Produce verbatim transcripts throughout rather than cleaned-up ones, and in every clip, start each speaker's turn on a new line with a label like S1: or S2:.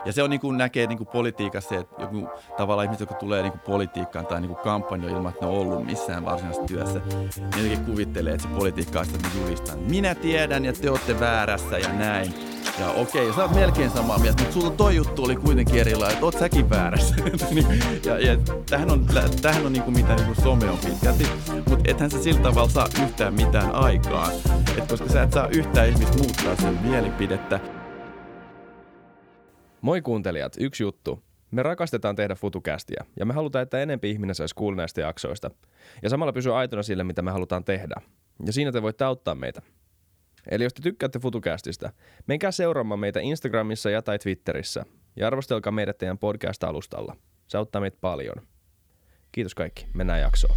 S1: Ja se on niin kuin näkee niin kuin politiikassa, että joku tavallaan ihmiset, jotka tulee niin kuin politiikkaan tai niin kuin kampanjoon ilman, että ne on ollut missään varsinaisessa työssä, niin jotenkin kuvittelee, että se politiikka on sitä julistaa. Minä tiedän ja te olette väärässä ja näin. Ja okei, okay, sä oot melkein samaa mieltä, mutta sulla toi juttu oli kuitenkin erilainen, että oot säkin väärässä. ja, ja tämähän on, tämähän on niinku mitä niinku some on pitkälti, mutta ethän sä sillä tavalla saa yhtään mitään aikaan. Et koska sä et saa yhtään ihmistä muuttaa sen mielipidettä.
S2: Moi kuuntelijat, yksi juttu. Me rakastetaan tehdä FutuCastia ja me halutaan, että enempi ihminen saisi kuulla näistä jaksoista. Ja samalla pysyä aitona sille, mitä me halutaan tehdä. Ja siinä te voitte auttaa meitä. Eli jos te tykkäätte FutuCastista, menkää seuraamaan meitä Instagramissa ja tai Twitterissä ja arvostelkaa meidät teidän podcast-alustalla. Se auttaa meitä paljon. Kiitos kaikki. Mennään jaksoon.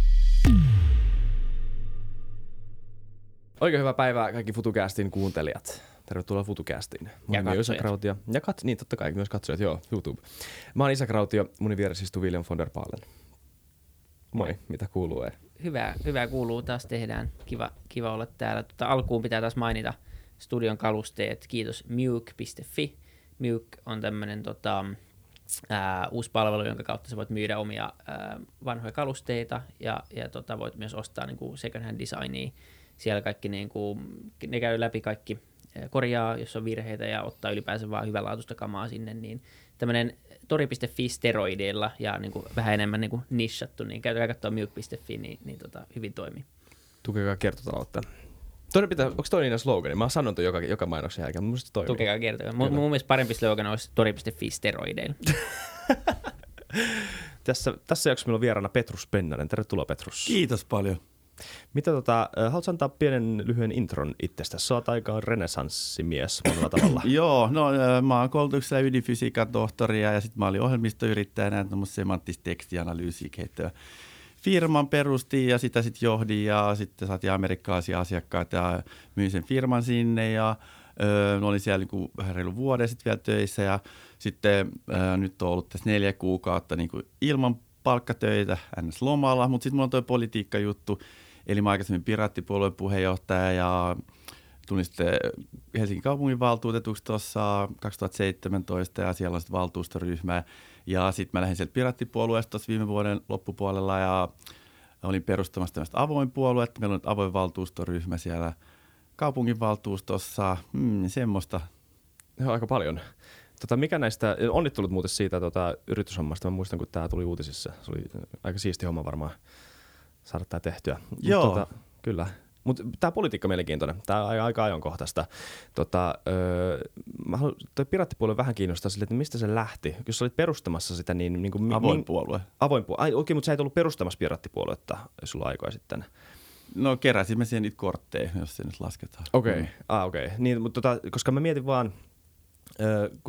S2: Oikein hyvää päivää kaikki FutuCastin kuuntelijat. Tervetuloa FutuCastiin.
S3: Ja
S2: katsojat. Isak Rautio. Ja kat- niin, totta kai myös katsojat, joo, YouTube. Mä oon Isak Rautio, mun vieressä istuu William von der Paalen. Moi, Moi. Mitä kuuluu? Ei?
S3: Hyvää, hyvää kuuluu. Taas tehdään. Kiva, kiva olla täällä. Tota, alkuun pitää taas mainita studion kalusteet. Kiitos Muke piste fi. Muke on tämmöinen tota, ää, uusi palvelu, jonka kautta sä voit myydä omia ää, vanhoja kalusteita ja, ja tota, voit myös ostaa niin kuin second hand designia. Siellä kaikki, niin kuin, ne käy läpi kaikki, korjaa, jos on virheitä ja ottaa ylipäänsä vaan hyvänlaatuista kamaa sinne, niin tämmöinen tori piste fi steroideilla ja niin kuin vähän enemmän niin kuin nishattu, niin käykää katsoa Muke piste fi, niin, niin tota, hyvin toimii.
S2: Tukekaa kiertotaloutta. Toinen pitää, onko toi niiden slogani? Mä sanon toi joka, joka mainoksen jälkeen, mutta musta toimii.
S3: Tukekaa kiertotaloutta. Mun, mun mielestä parempi slogan olisi tori piste fi steroideilla.
S2: tässä, tässä jaksossa meillä on vieraana Petrus Pennanen. Tervetuloa Petrus.
S1: Kiitos paljon.
S2: Mitä tota, haluatko antaa pienen lyhyen intron itsestäsi? Sä oot aika renesanssimies monella tavalla.
S1: Joo, no mä oon koulutuksella ydinfysiikan tohtoria ja sitten mä olin ohjelmistoyrittäjänä, tämmöistä semanttista tekstianalyysiä kehittävä firman perustin ja sitä sitten johdin ja sitten saatiin amerikkalaisia asiakkaita ja myin sen firman sinne ja ö, olin siellä niin vähän reilu vuoden sitten vielä töissä ja sitten ö, nyt on ollut tässä neljä kuukautta niin kuin ilman palkkatöitä ns. Lomalla, mutta sitten mulla on toi politiikkajuttu. Eli mä aikaisemmin Piraattipuolueen puheenjohtaja ja tulin sitten Helsingin kaupunginvaltuutetuksi tuossa kaksituhattaseitsemäntoista ja siellä on sitten valtuustoryhmä. Ja sitten mä lähdin sieltä Piraattipuolueesta tuossa viime vuoden loppupuolella ja olin perustamassa tämmöistä avoin puoluetta. Meillä on nyt avoin valtuustoryhmä siellä kaupunginvaltuustossa, hmm, semmoista.
S2: Joo, aika paljon. Tota, mikä näistä, onnittelut muuten siitä tota, yrityshommasta, mä muistan kun tää tuli uutisissa. Se oli aika siisti homma varmaan saada tää tehtyä.
S1: Joo.
S2: Mut, tota, kyllä. Mutta tämä politiikka on mielenkiintoinen. Tämä on aika ajankohtaista. Tota, öö, mä haluan, toi Piraattipuolue vähän kiinnostaa sille, että mistä se lähti. Jos sä olit perustamassa sitä, niin... niin kuin,
S1: avoin
S2: min,
S1: puolue.
S2: Avoin puolue. Ai okei, mutta sä et ollut perustamassa Piraattipuoluetta sulla aikoja sitten.
S1: No keräsimme siihen niitä kortteja, jos se nyt lasketaan.
S2: Okei, okay.
S1: mm.
S2: ah, okei. Okay. Niin, mutta tota, koska mä mietin vaan... Öö, kun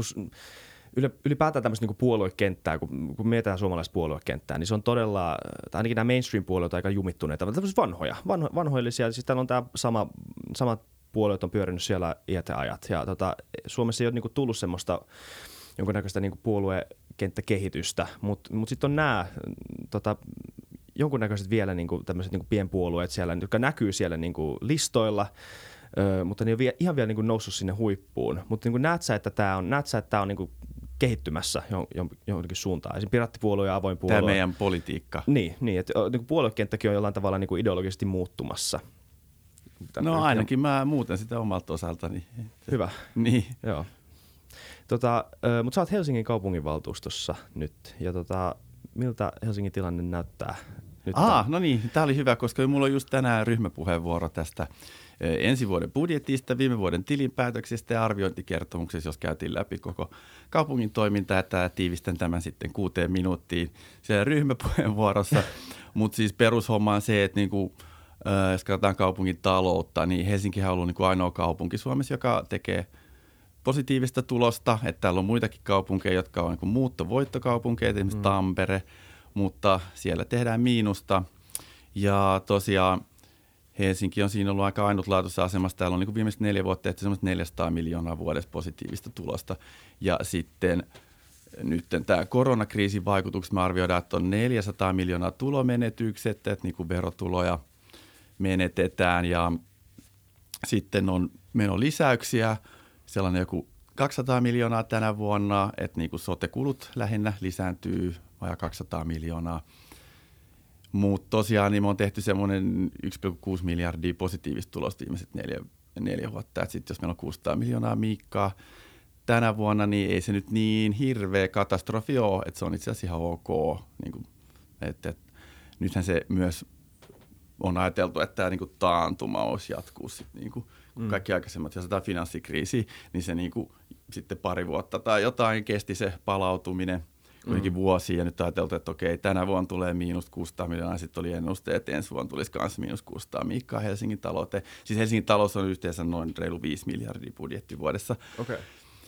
S2: ylipäätään tämmöistä niinku puoluekenttää, kun, kun mietitään suomalaista puoluekenttää, niin se on todella, tai ainakin nämä mainstream-puolueet aika jumittuneita, mutta tämmöisiä vanhoja, vanho, vanhoillisia, siis täällä on tämä sama, samat puolueet on pyörinyt siellä iät ja ajat, ja tota, Suomessa ei ole niinku tullut semmoista jonkunnäköistä niinku puoluekenttäkehitystä, mutta mut sitten on nämä tota, jonkunnäköiset vielä niinku tämmöiset niinku pienpuolueet siellä, jotka näkyy siellä niinku listoilla, Öö, mutta ne ei ole vie, ihan vielä niin kuin noussut sinne huippuun. Mutta niin näet sä, että tämä on, näet sä, että tämä on niin kuin kehittymässä johonkin suuntaan. Esimerkiksi Piraattipuolue ja avoin puolue.
S1: Tämä meidän politiikka.
S2: Niin, niin että niin kuin puoluekenttäkin on jollain tavalla niin kuin ideologisesti muuttumassa.
S1: No ainakin mä muutan sitä omalta osaltani.
S2: Hyvä.
S1: Niin.
S2: Joo. Tota, mutta sä oot Helsingin kaupunginvaltuustossa nyt. Ja tota, miltä Helsingin tilanne näyttää nyt?
S1: Ah, no niin. Tämä oli hyvä, koska mulla on just tänään ryhmäpuheenvuoro tästä ensi vuoden budjetista, viime vuoden tilinpäätöksestä ja arviointikertomuksessa, jos käytiin läpi koko kaupungin toimintaa, että tiivistän tämän sitten kuuteen minuuttiin siellä ryhmäpuheenvuorossa. Mutta siis perushomma on se, että niinku, äh, jos katsotaan kaupungin taloutta, niin Helsinkihän on ollut niinku ainoa kaupunki Suomessa, joka tekee positiivista tulosta. Että täällä on muitakin kaupunkeja, jotka on niinku muuttovoittokaupunkeja, esimerkiksi mm. Tampere, mutta siellä tehdään miinusta. Ja tosiaan Helsinki on siinä ollut aika ainutlaatuisessa asemassa. Täällä on niin viimeiset neljä vuotta tehty semmoista neljäsataa miljoonaa vuodessa positiivista tulosta. Ja sitten nyt tämä koronakriisin vaikutukset, me arvioidaan, että on neljäsataa miljoonaa tulomenetykset, että niin kuin verotuloja menetetään. Ja sitten on menolisäyksiä, sellainen joku kaksisataa miljoonaa tänä vuonna, että niin kuin sote-kulut lähinnä lisääntyy vajaa kaksisataa miljoonaa. Mutta tosiaan niin me on tehty semmoinen yksi pilkku kuusi miljardia positiivista tulosta viimeiset neljä, neljä vuotta. Et sit jos meillä on kuusisataa miljoonaa miikkaa tänä vuonna, niin ei se nyt niin hirveä katastrofi ole, että se on itse asiassa ihan ok. Niin kuin, et, et, nythän se myös on ajateltu, että tämä niin taantuma olisi jatkuu sitten niin kuin mm. kaikki aikaisemmat. Jos tämä finanssikriisi, niin se niin kuin, sitten pari vuotta tai jotain kesti se palautuminen. Kuitenkin mm. vuosia, ja nyt ajateltu, että okei, tänä vuonna tulee miinus kuusisataa miljoonaa, sitten oli ennuste, että ensi vuonna tulisi myös miinus kuusisataa miikkaa Helsingin talouteen. Siis Helsingin talous on yhteensä noin reilu viisi miljardia budjetti vuodessa.
S2: Okay.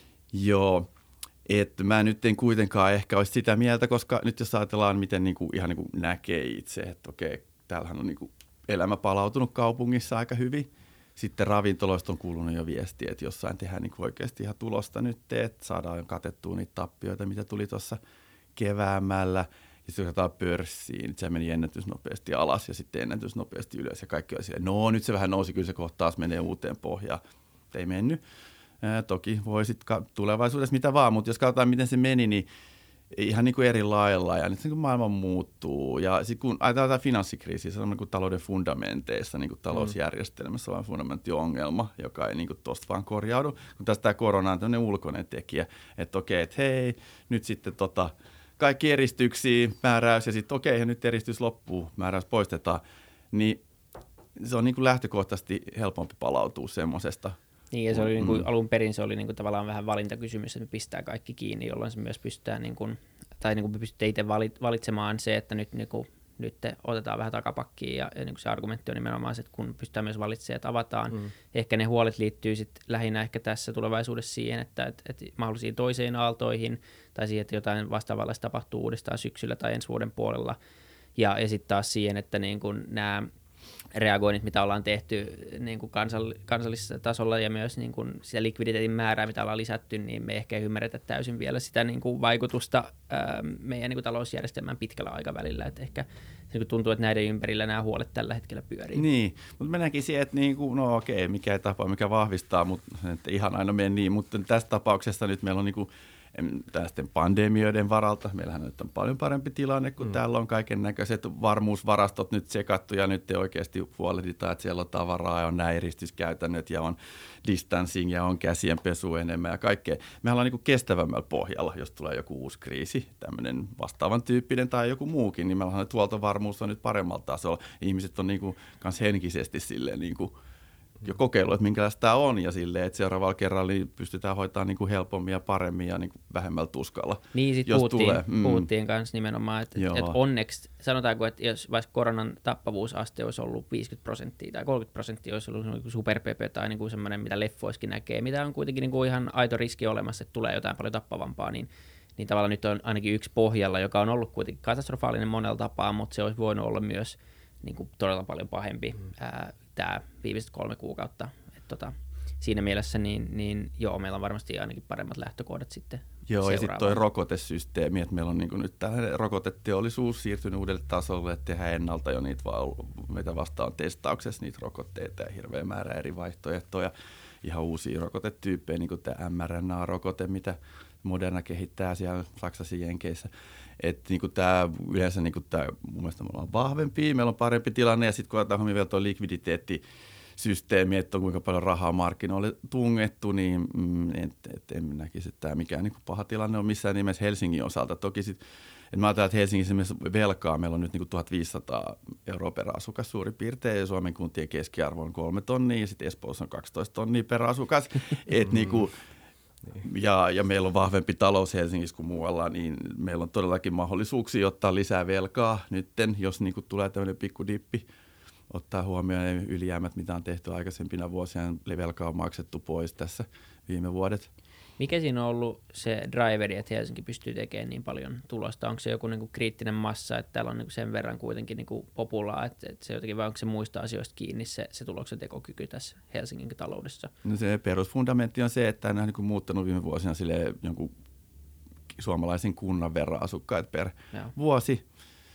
S1: Joo, että mä nyt en kuitenkaan ehkä olisi sitä mieltä, koska nyt jos ajatellaan, miten niinku, ihan niinku näkee itse, että okei, täällähän on niinku elämä palautunut kaupungissa aika hyvin. Sitten ravintoloista on kuulunut jo viesti, että jossain tehdään niinku oikeasti ihan tulosta nyt, että saadaan katettua niitä tappioita, mitä tuli tuossa keväämällä. Ja sitten katsotaan pörssiin, se meni ennätysnopeasti alas ja sitten ennätysnopeasti ylös. Ja kaikki oli silleen, no nyt se vähän nousi, kyllä se kohta taas menee uuteen pohjaan. Ei mennyt. Ää, toki voi sitten tulevaisuudessa mitä vaan, mutta jos katsotaan miten se meni, niin ihan niin kuin eri lailla. Ja nyt niin kuin maailma muuttuu. Ja sitten kun ajatellaan finanssikriisiä, se on niin kuin talouden fundamenteissa, niin kuin talousjärjestelmässä on fundamentti-ongelma, joka ei niin kuin tuosta vaan korjaudu. Kun tästä tämä korona on tämmöinen ulkoinen tekijä, että okei, että hei, nyt sitten tota, kaikki eristyksiä, määräys ja sitten okei, ja nyt eristys loppuu, määräys poistetaan, niin se on niin kuin lähtökohtaisesti helpompi palautua semmoisesta.
S3: Niin, ja se oli niin kuin, mm. alun perin se oli niin kuin tavallaan vähän valintakysymys, että me pistää kaikki kiinni, jolloin se myös pystytään, niin kuin, tai niin kuin me pystytte itse valitsemaan se, että nyt, niin kuin, nyt otetaan vähän takapakkiin, ja, ja niin kuin se argumentti on nimenomaan se, että kun pystytään myös valitsemaan, että avataan. Mm. Ehkä ne huolet liittyy sitten lähinnä ehkä tässä tulevaisuudessa siihen, että, että, että mahdollisiin toiseen aaltoihin, tai siihen, että jotain vastaavallaista tapahtuu uudestaan syksyllä tai ensi vuoden puolella, ja, ja sitten taas siihen, että niin kuin nämä reagoinnit, mitä ollaan tehty niin kuin kansall- kansallisella tasolla ja myös niin kuin sitä likviditeetin määrää, mitä ollaan lisätty, niin me ehkä ei ymmärretä täysin vielä sitä niin kuin vaikutusta ää, meidän niin kuin talousjärjestelmään pitkällä aikavälillä. Et ehkä niin kuin tuntuu, että näiden ympärillä nämä huolet tällä hetkellä pyörii. Niin,
S1: mutta mä näkisin, että niin kuin, no okei, mikä ei tapa, mikä vahvistaa, mutta ihan aina mene niin, mutta tässä tapauksessa nyt meillä on niin kuin tästä pandemioiden varalta. Meillähän nyt on paljon parempi tilanne, kun mm. täällä on kaiken näköiset varmuusvarastot nyt sekattu ja nyt oikeasti huolehditaan, että siellä on tavaraa ja on nämä eristyskäytännöt ja on distancing ja on käsienpesu enemmän ja kaikkea. Me ollaan niin kuin kestävämmällä pohjalla, jos tulee joku uusi kriisi, tämmöinen vastaavan tyyppinen tai joku muukin, niin meillä on huoltovarmuus on nyt paremmalla tasolla. Ihmiset on niin kuin kans henkisesti silleen niin kuin jo kokeillut, että minkälaista tämä on ja silleen, että seuraavalla kerralla niin pystytään hoitamaan niin kuin helpommin ja paremmin ja niin kuin vähemmällä tuskalla.
S3: Niin, sitten puhuttiin, mm. puhuttiin kanssa nimenomaan, että, että onneksi, sanotaanko, että jos vaikka koronan tappavuusaste olisi ollut viisikymmentä prosenttia tai kolmekymmentä prosenttia olisi ollut superpepe tai niin kuin semmoinen, mitä leffoiskin näkee, mitä on kuitenkin niin kuin ihan aito riski olemassa, että tulee jotain paljon tappavampaa, niin, niin tavallaan nyt on ainakin yksi pohjalla, joka on ollut kuitenkin katastrofaalinen monella tapaa, mutta se olisi voinut olla myös niin kuin todella paljon pahempi mm. ää, tämä viimeiset kolme kuukautta. Et tota, siinä mielessä niin, niin joo, meillä on varmasti ainakin paremmat lähtökohdat sitten.
S1: Joo, ja sitten tuo rokotesysteemi, että meillä on niin nyt tällainen rokoteteollisuus siirtynyt uudelle tasolle, että tehdään ennalta jo niitä, meitä vastaan testauksessa niitä rokotteita ja hirveä määrä eri vaihtoehtoja, ihan uusia rokotetyyppejä, niin kuin tämä M R N A-rokote, mitä Moderna kehittää siellä Saksassa ja Jenkeissä. Että niinku tämä yleensä niinku tää, mun mielestä me ollaan vahvempia, meillä on parempi tilanne ja sitten kun otetaan huomioon vielä tuo likviditeettisysteemi, että on kuinka paljon rahaa markkinoille tungettu, niin mm, et, et, en näkisi, että tämä mikään niinku paha tilanne on missään nimessä Helsingin osalta. Toki sitten, että mä ajattelen, että Helsingissä velkaa meillä on nyt niinku tuhatviisisataa euroa per asukas suurin piirtein ja Suomen kuntien keskiarvo on kolme tonnia ja sitten Espoossa on kaksitoista tonnia per asukas. Että niinku Niin. Ja, ja meillä on vahvempi talous Helsingissä kuin muualla, niin meillä on todellakin mahdollisuuksia ottaa lisää velkaa nytten, jos niin kuin tulee tämmöinen pikkudippi, ottaa huomioon ne ylijäämät, mitä on tehty aikaisempina vuosina, velkaa on maksettu pois tässä viime vuodet.
S3: Mikä siinä on ollut se driveri, että Helsinki pystyy tekemään niin paljon tulosta? Onko se joku niinku kriittinen massa, että täällä on niinku sen verran kuitenkin niinku populaa, että, että se jotenkin, vai onko se muista asioista kiinni se, se tuloksen tekokyky tässä Helsingin taloudessa?
S1: No se perusfundamentti on se, että tämä on niinku muuttanut viime vuosina silleen jonkun suomalaisen kunnan verran asukkaita per Joo. vuosi.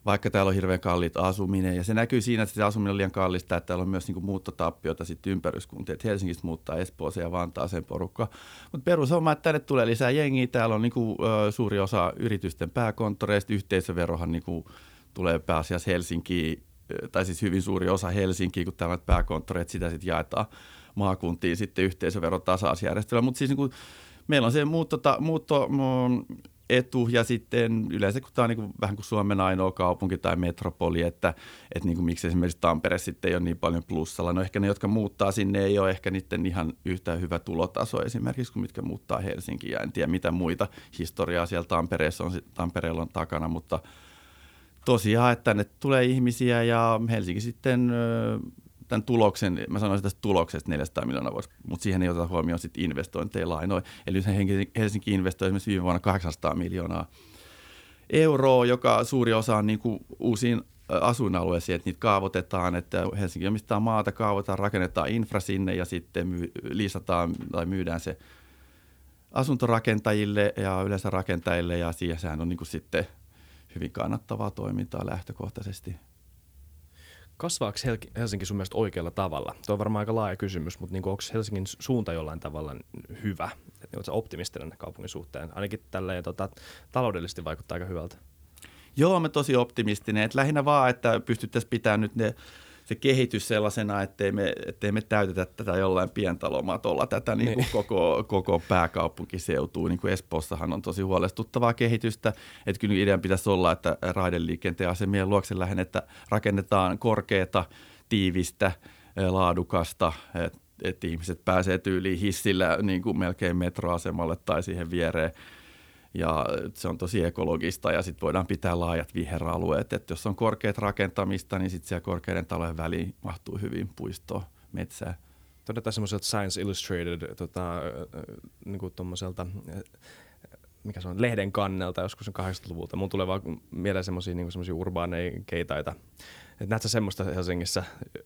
S1: vaikka täällä on hirveän kalliit asuminen. Ja se näkyy siinä, että se asuminen on liian kallista, että täällä on myös niin kuin muuttotappiota sitten ympäryskuntia. Että Helsingistä muuttaa Espooseen ja Vantaaseen porukka. Mutta perushomma, että tänne tulee lisää jengiä. Täällä on niin kuin, ö, suuri osa yritysten pääkonttoreista. Yhteisöverohan niin kuin, tulee pääasiassa Helsinkiin, tai siis hyvin suuri osa Helsinkiin, kun täällä on pääkonttoreita, sitä sitten jaetaan maakuntiin sitten yhteisöveron tasausjärjestelmä. Mutta siis niin kuin, meillä on se muutto, muutto etu ja sitten yleensä, kun tämä on niin kuin, vähän kuin Suomen ainoa kaupunki tai metropoli, että, että niin kuin, miksi esimerkiksi Tampere sitten ei ole niin paljon plussalla. No ehkä ne, jotka muuttaa sinne, ei ole ehkä niiden ihan yhtä hyvä tulotaso esimerkiksi kuin mitkä muuttaa Helsinkiin. Ja en tiedä, mitä muita historiaa siellä Tampereessa on, Tampereella on takana, mutta tosiaan, että tänne tulee ihmisiä ja Helsinki sitten tämän tuloksen, mä sanoisin tästä tuloksesta neljäsataa miljoonaa vuosi, mutta siihen ei oteta huomioon sitten investointeja lainoja. Eli Helsinki investoi esimerkiksi viime vuonna kahdeksansataa miljoonaa euroa, joka suuri osa on niin kuin uusiin asuinalueisiin, että niitä kaavoitetaan, että Helsinki omistaa maata, kaavoitetaan, rakennetaan infra sinne ja sitten myy, lisätään tai myydään se asuntorakentajille ja yleensä rakentajille ja siihen sehän on niin kuin sitten hyvin kannattavaa toimintaa lähtökohtaisesti.
S2: Kasvaako Helsinki sun mielestä oikealla tavalla? Tuo on varmaan aika laaja kysymys, mutta niin onko Helsingin suunta jollain tavalla hyvä? Oletko optimistinen kaupungin suhteen? Ainakin tälleen tota, taloudellisesti vaikuttaa aika hyvältä.
S1: Joo, mä tosi optimistinen. Et lähinnä vaan, että pystyttäisiin pitämään nyt ne, se kehitys sellaisena, ettei me, ettei me täytetä tätä jollain pientalomatolla, tätä niin kuin niin. Koko, koko pääkaupunkiseutua. Niin kuin Espoossahan on tosi huolestuttavaa kehitystä. Että kyllä idean pitäisi olla, että raideliikenteen asemien luokse lähinnä, että rakennetaan korkeata, tiivistä, laadukasta, että et ihmiset pääsee tyyliin hissillä niin kuin melkein metroasemalle tai siihen viereen. Ja se on tosi ekologista ja sitten voidaan pitää laajat viheralueet. Että jos on korkeat rakentamista, niin sitten siellä korkeiden talojen väliin mahtuu hyvin puistoa, metsää.
S2: Todetaan semmoiselta Science Illustrated, tota, niin kuin tommoselta, mikä se on, lehden kannelta joskus on kahdeksankymmentäluvulta. Mun tulee vaan mieleen semmoisia niin urbaaneja keitaita. Et näet sä semmoista Helsingissä?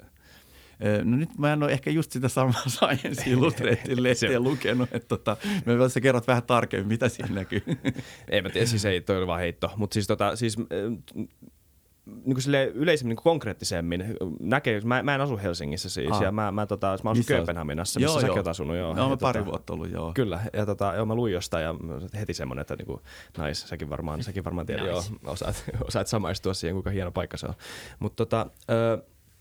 S1: No nyt mä en ole ehkä just sitä samaa Science Illustrated lehteä lukenut, että tota, mä sä kerrot vähän tarkemmin, mitä siinä näkyy.
S2: Ei mä tiedä, siis ei, toi oli vaan heitto, mutta siis, tota, siis niin kuin yleisemmin niin kuin konkreettisemmin näkee, mä, mä en asu Helsingissä siis, ah. ja mä, mä, tota, mä asun Kööpenhaminassa, missä joo, säkin oot asunut. Joo,
S1: joo mä
S2: ja,
S1: pari
S2: tota,
S1: vuotta ollut, joo.
S2: Kyllä, ja tota, joo, mä luin jostain, ja heti semmoinen, että niinku, nice, säkin varmaan, säkin varmaan tiedät, nice. Joo, osaat, osaat samaistua siihen, kuinka hieno paikka se on. Mutta tota, öö,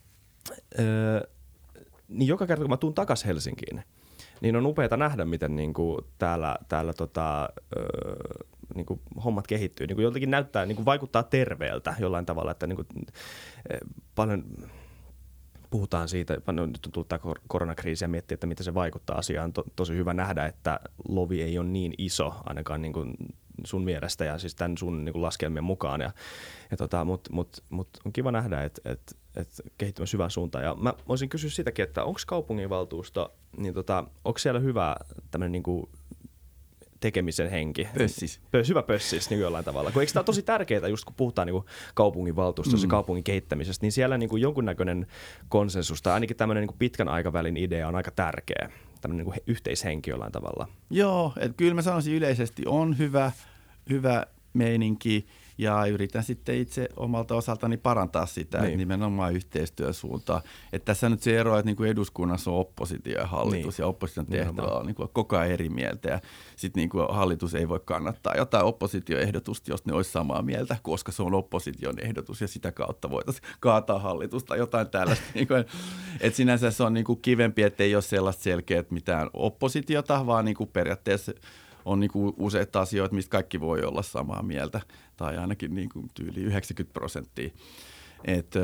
S2: öö, niin joka kerta, kun mä tuun takaisin Helsinkiin, niin on upeata nähdä, miten niinku täällä, täällä tota, öö, niinku hommat kehittyy. Niinku joltakin näyttää, niinku vaikuttaa terveeltä jollain tavalla, että niinku, paljon puhutaan siitä, nyt on tullut tämä koronakriisi ja miettii, että miten se vaikuttaa asiaan. On to, tosi hyvä nähdä, että lovi ei ole niin iso ainakaan niinku sun mielestä ja siis tämän sun niinku laskelmien mukaan. Ja, ja tota, Mutta mut, mut on kiva nähdä, että et, et kehittymässä hyvään suuntaan. Ja mä voisin kysyä sitäkin, että onko kaupunginvaltuusto, niin tota, onko siellä hyvä tämmöinen niinku tekemisen henki?
S1: Pössis.
S2: Pös, hyvä pössis niin jollain tavalla. Kun eikö tämä ole tosi tärkeää, just kun puhutaan niin kaupunginvaltuustossa, mm. kaupungin kehittämisestä, niin siellä niin jonkunnäköinen konsensus tai ainakin tämmöinen niin pitkän aikavälin idea on aika tärkeä. Tämmöinen niin yhteishenki jollain tavalla.
S1: Joo, että kyllä mä sanoisin yleisesti on hyvä, hyvä meininki ja yritän sitten itse omalta osaltani parantaa sitä, niin. Että nimenomaan yhteistyösuuntaan. Että tässä nyt se ero, että niin kuin eduskunnassa on oppositio ja hallitus niin. Ja opposition tehtävä on niin kuin koko ajan eri mieltä ja sitten niin kuin hallitus ei voi kannattaa jotain oppositioehdotusta, jos ne olisi samaa mieltä, koska se on opposition ehdotus ja sitä kautta voitaisiin kaataa hallitusta tai jotain tällaista. Niin kuin, että sinänsä se on niin kuin kivempi, että ei ole sellaista selkeää mitään oppositiota, vaan niin kuin periaatteessa on niin kuin useita asioita, mistä kaikki voi olla samaa mieltä, tai ainakin niin kuin tyyli yhdeksänkymmentä prosenttia. Että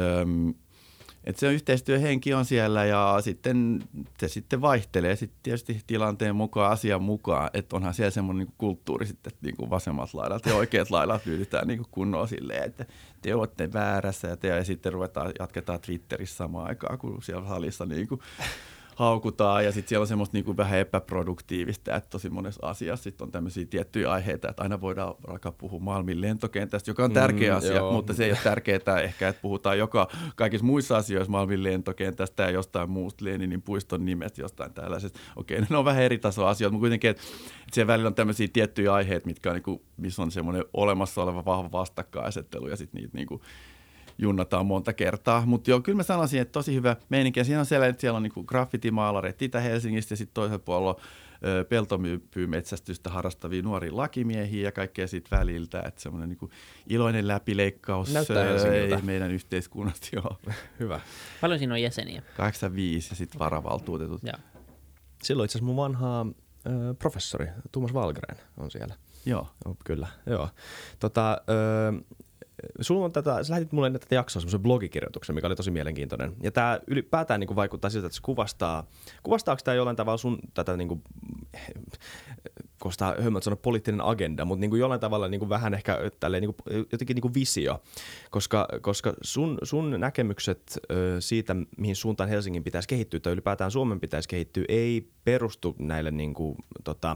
S1: et se yhteistyöhenki on siellä ja sitten se sitten vaihtelee sitten tietysti tilanteen mukaan, asian mukaan, että onhan siellä semmoinen niin kuin kulttuuri sitten, että niin kuin vasemmat laidat ja oikeat laidat lyydetään niin kuin kunnolla silleen, että te olette väärässä ja, te, ja sitten ruvetaan, jatketaan Twitterissä samaan aikaan, kun siellä salissa niin kuin haukutaan ja sitten siellä on semmoista niin kuin vähän epäproduktiivista, että tosi monessa asiassa sitten on tämmöisiä tiettyjä aiheita, että aina voidaan alkaa puhua Malmin lentokentästä, joka on tärkeä mm, asia, joo. mutta se ei ole tärkeää ehkä, että puhutaan joka kaikissa muissa asioissa Malmin lentokentästä ja jostain muusta Leninin puiston nimestä, jostain tällaisesta. Okei, ne on vähän eri tasoa asioita, mutta kuitenkin, että siellä välillä on tämmöisiä tiettyjä aiheita, mitkä on, niin kuin, missä on semmoinen olemassa oleva vahva vastakkainasettelu ja sitten niitä niin kuin junnataan monta kertaa. Mutta joo, kyllä mä sanoisin, että tosi hyvä meininki. Siinä on siellä, että siellä on niin kuin graffitimaalareita Itä-Helsingistä ja sitten toisella puolella on peltomyypyymetsästystä harrastavia nuoria lakimiehiä ja kaikkea siitä väliltä. Että semmoinen niin kuin iloinen läpileikkaus ei meidän yhteiskunnasta. Joo.
S2: Hyvä.
S3: Paljon siinä on jäseniä?
S1: kahdeksankymmentäviisi ja sitten varavaltuutetut.
S3: Joo.
S2: Silloin itse asiassa mun vanha ö, professori Tuomas Wallgren on siellä.
S1: Joo.
S2: Oh, kyllä, joo. Tota, ö, Sulla on tätä, sä lähetit mulle tätä jaksoa semmoisen blogikirjoituksen, mikä oli tosi mielenkiintoinen. Ja tämä ylipäätään niin kuin vaikuttaa siltä, että se kuvastaa, kuvastaako tämä jollain tavalla sun tätä, niin kuin, koska hömmöt sanoa poliittinen agenda, mutta niin kuin jollain tavalla niin kuin vähän ehkä tälleen, niin kuin, jotenkin niin kuin visio, koska, koska sun, sun näkemykset ö, siitä, mihin suuntaan Helsingin pitäisi kehittyä tai ylipäätään Suomen pitäisi kehittyä, ei perustu näille niin kuin, tota,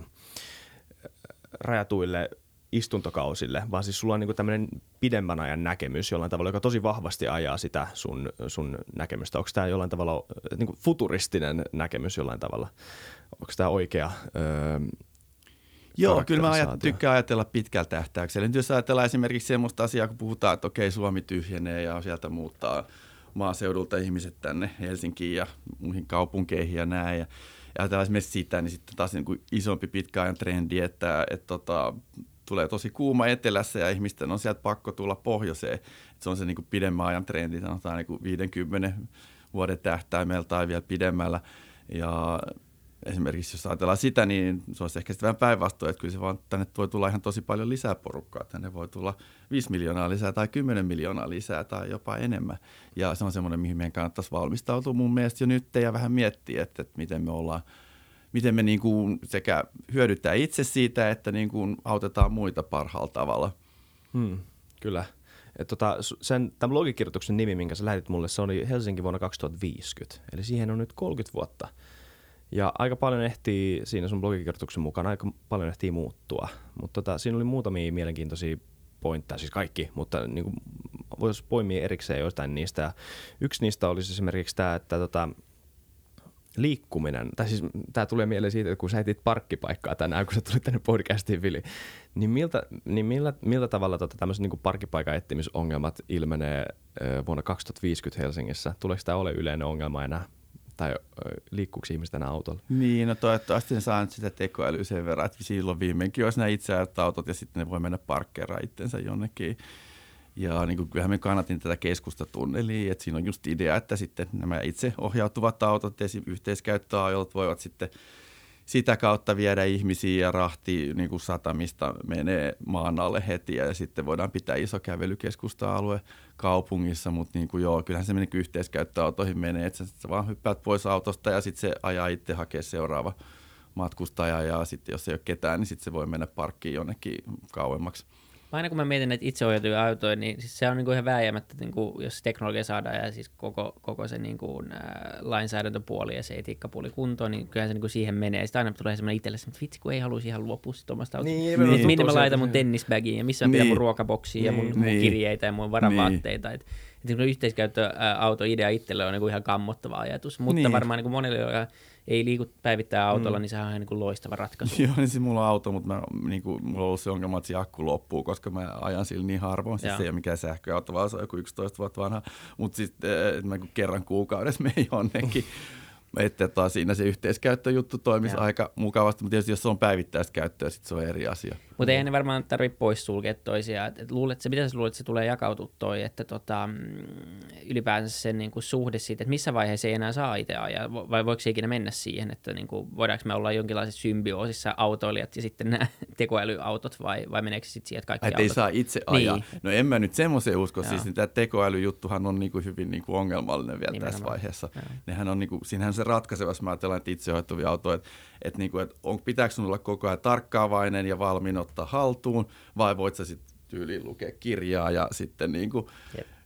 S2: rajatuille istuntokausille, vaan siis sulla on niinku tämmöinen pidemmän ajan näkemys jollain tavalla, joka tosi vahvasti ajaa sitä sun, sun näkemystä. Onko tämä jollain tavalla niinku futuristinen näkemys jollain tavalla? Onko tämä oikea öö,
S1: Joo, kyllä mä ajat, tykkään ajatella pitkällä tähtäyksellä. Nyt jos ajatellaan esimerkiksi semmoista asiaa, kun puhutaan, että okei, Suomi tyhjenee ja sieltä muuttaa maaseudulta ihmiset tänne Helsinkiin ja muihin kaupunkeihin ja näin. Ja ajatellaan esimerkiksi sitä, niin sitten taas niin kuin isompi pitkäajan trendi, että, että tota, tulee tosi kuuma etelässä ja ihmisten on sieltä pakko tulla pohjoiseen. Että se on se niin kuin pidemmän ajan trendi, sanotaan niin kuin viidenkymmenen vuoden tähtäimellä tai vielä pidemmällä. Ja esimerkiksi jos ajatellaan sitä, niin se olisi ehkä sitten vähän päinvastoin, että kyllä se vaan tänne voi tulla ihan tosi paljon lisää porukkaa. Tänne voi tulla viisi miljoonaa lisää tai kymmenen miljoonaa lisää tai jopa enemmän. Ja se on semmoinen, mihin meidän kannattaisi valmistautua mun mielestä jo nyt ja vähän miettiä, että, että miten me ollaan, miten me niin kuin sekä hyödyttää itse siitä, että niin kuin autetaan muita parhaalla tavalla.
S2: Hmm, kyllä. Et tota, sen, tämän blogikirjoituksen nimi, minkä sä lähetit mulle, se oli Helsinki vuonna kaksituhattaviisikymmentä. Eli siihen on nyt kolmekymmentä vuotta. Ja aika paljon ehtii, siinä sun blogikirjoituksen mukaan, aika paljon ehtii muuttua. Mutta tota, siinä oli muutamia mielenkiintoisia pointteja, siis kaikki, mutta niin kuin, voisi poimia erikseen joistain niistä. Ja yksi niistä olisi esimerkiksi tämä, että tota, liikkuminen, tai siis tämä tulee mieleen siitä, että kun sä etit parkkipaikkaa tänään, kun sä tulit tänne podcastiin, Vili, niin miltä, niin millä, miltä tavalla tota, tämmöiset niin parkkipaikan etsimisongelmat ilmenee ö, vuonna kaksituhattaviisikymmentä Helsingissä? Tuleeko tämä ole yleinen ongelma enää? Tai liikkuuko ihmiset enää autolla?
S1: Niin, no toivottavasti ne saa nyt sitä tekoälyä sen verran, että silloin viimeinkin olisi nämä itseajat autot ja sitten ne voi mennä parkkeeraan itsensä jonnekin. Ja niin kuin, kyllähän me kannatin tätä keskustatunnelia, että siinä on just idea, että sitten nämä itse ohjautuvat autot, esim. Yhteiskäyttöautot voivat sitten sitä kautta viedä ihmisiä ja rahti niin kuin satamista menee maan alle heti ja sitten voidaan pitää iso kävelykeskusta-alue kaupungissa, mutta niin kuin joo, kyllähän se niin yhteiskäyttöautoihin menee, että sä vaan hyppäät pois autosta ja sitten se ajaa itse hakee seuraava matkustaja ja sitten jos ei ole ketään, niin sitten se voi mennä parkkiin jonnekin kauemmaksi.
S3: Aina kun mä mietin näitä itseohjautuvia autoja, niin siis se on niinku ihan vääjäämättä, niinku, jos teknologia saadaan ja siis koko, koko se niinku, ää, lainsäädäntöpuoli ja se etiikkapuoli kuntoon, niin kyllähän se niinku siihen menee. Sitten aina tulee semmoinen itselle, että vitsi kun ei haluaisi ihan luopua sit omasta autosta. Niin, niin. Minne mä laitan mun tennisbagiin ja missä mä pidän niin. mun ruokaboksiin niin. ja mun, niin. mun kirjeitä ja mun varavaatteita. Niin. Että et, yhteiskäyttöautoidea itselle on niinku ihan kammottava ajatus, mutta niin. varmaan niinku monelle, joka ei liiku päivittäin autolla, mm. niin sehän on ihan niin kuin loistava ratkaisu.
S1: Joo, niin siis mulla on auto, mutta mä, niin kuin, mulla on ollut se ongelma, että se akku loppuu, koska mä ajan sillä niin harvoin. Siis se ei ole mikään sähköauto, vaan se on joku yksitoista vuotta vanha. Mutta sitten mä kerran kuukaudessa menen jonnekin. Että taas siinä se yhteiskäyttöjuttu toimisi Joo. aika mukavasti, mutta tietysti jos se on päivittäistä käyttöä, sitten se on eri asia.
S3: Mutta ei ne varmaan tarvitse poissulkea toisiaan. Et, et luulet, se, mitä sä luulet, että se tulee jakautua toi, että tota, ylipäänsä se niinku suhde siitä, että missä vaiheessa ei enää saa itse ajaa, vai voiko se ikinä mennä siihen, että niinku, voidaanko me olla jonkinlaisessa symbioosissa autoilijat ja sitten nämä tekoälyautot, vai, vai meneekö se sitten siihen, että kaikki
S1: et
S3: autot?
S1: Ei saa itse ajaa.
S3: Niin.
S1: No en mä nyt semmoiseen usko, siis niin tämä tekoälyjuttuhan on niinku hyvin niinku ongelmallinen vielä Nimenomaan. Tässä vaiheessa. Joo. Nehän on niinku, siinähän se ratkaisevassa, mä ajatellaan, että itseohjautuvia autoja, että et niinku, et on, pitääkö sun olla koko ajan tarkkaavainen ja valmiin ottaa haltuun, vai voit sä sitten tyyliin lukea kirjaa ja sitten niinku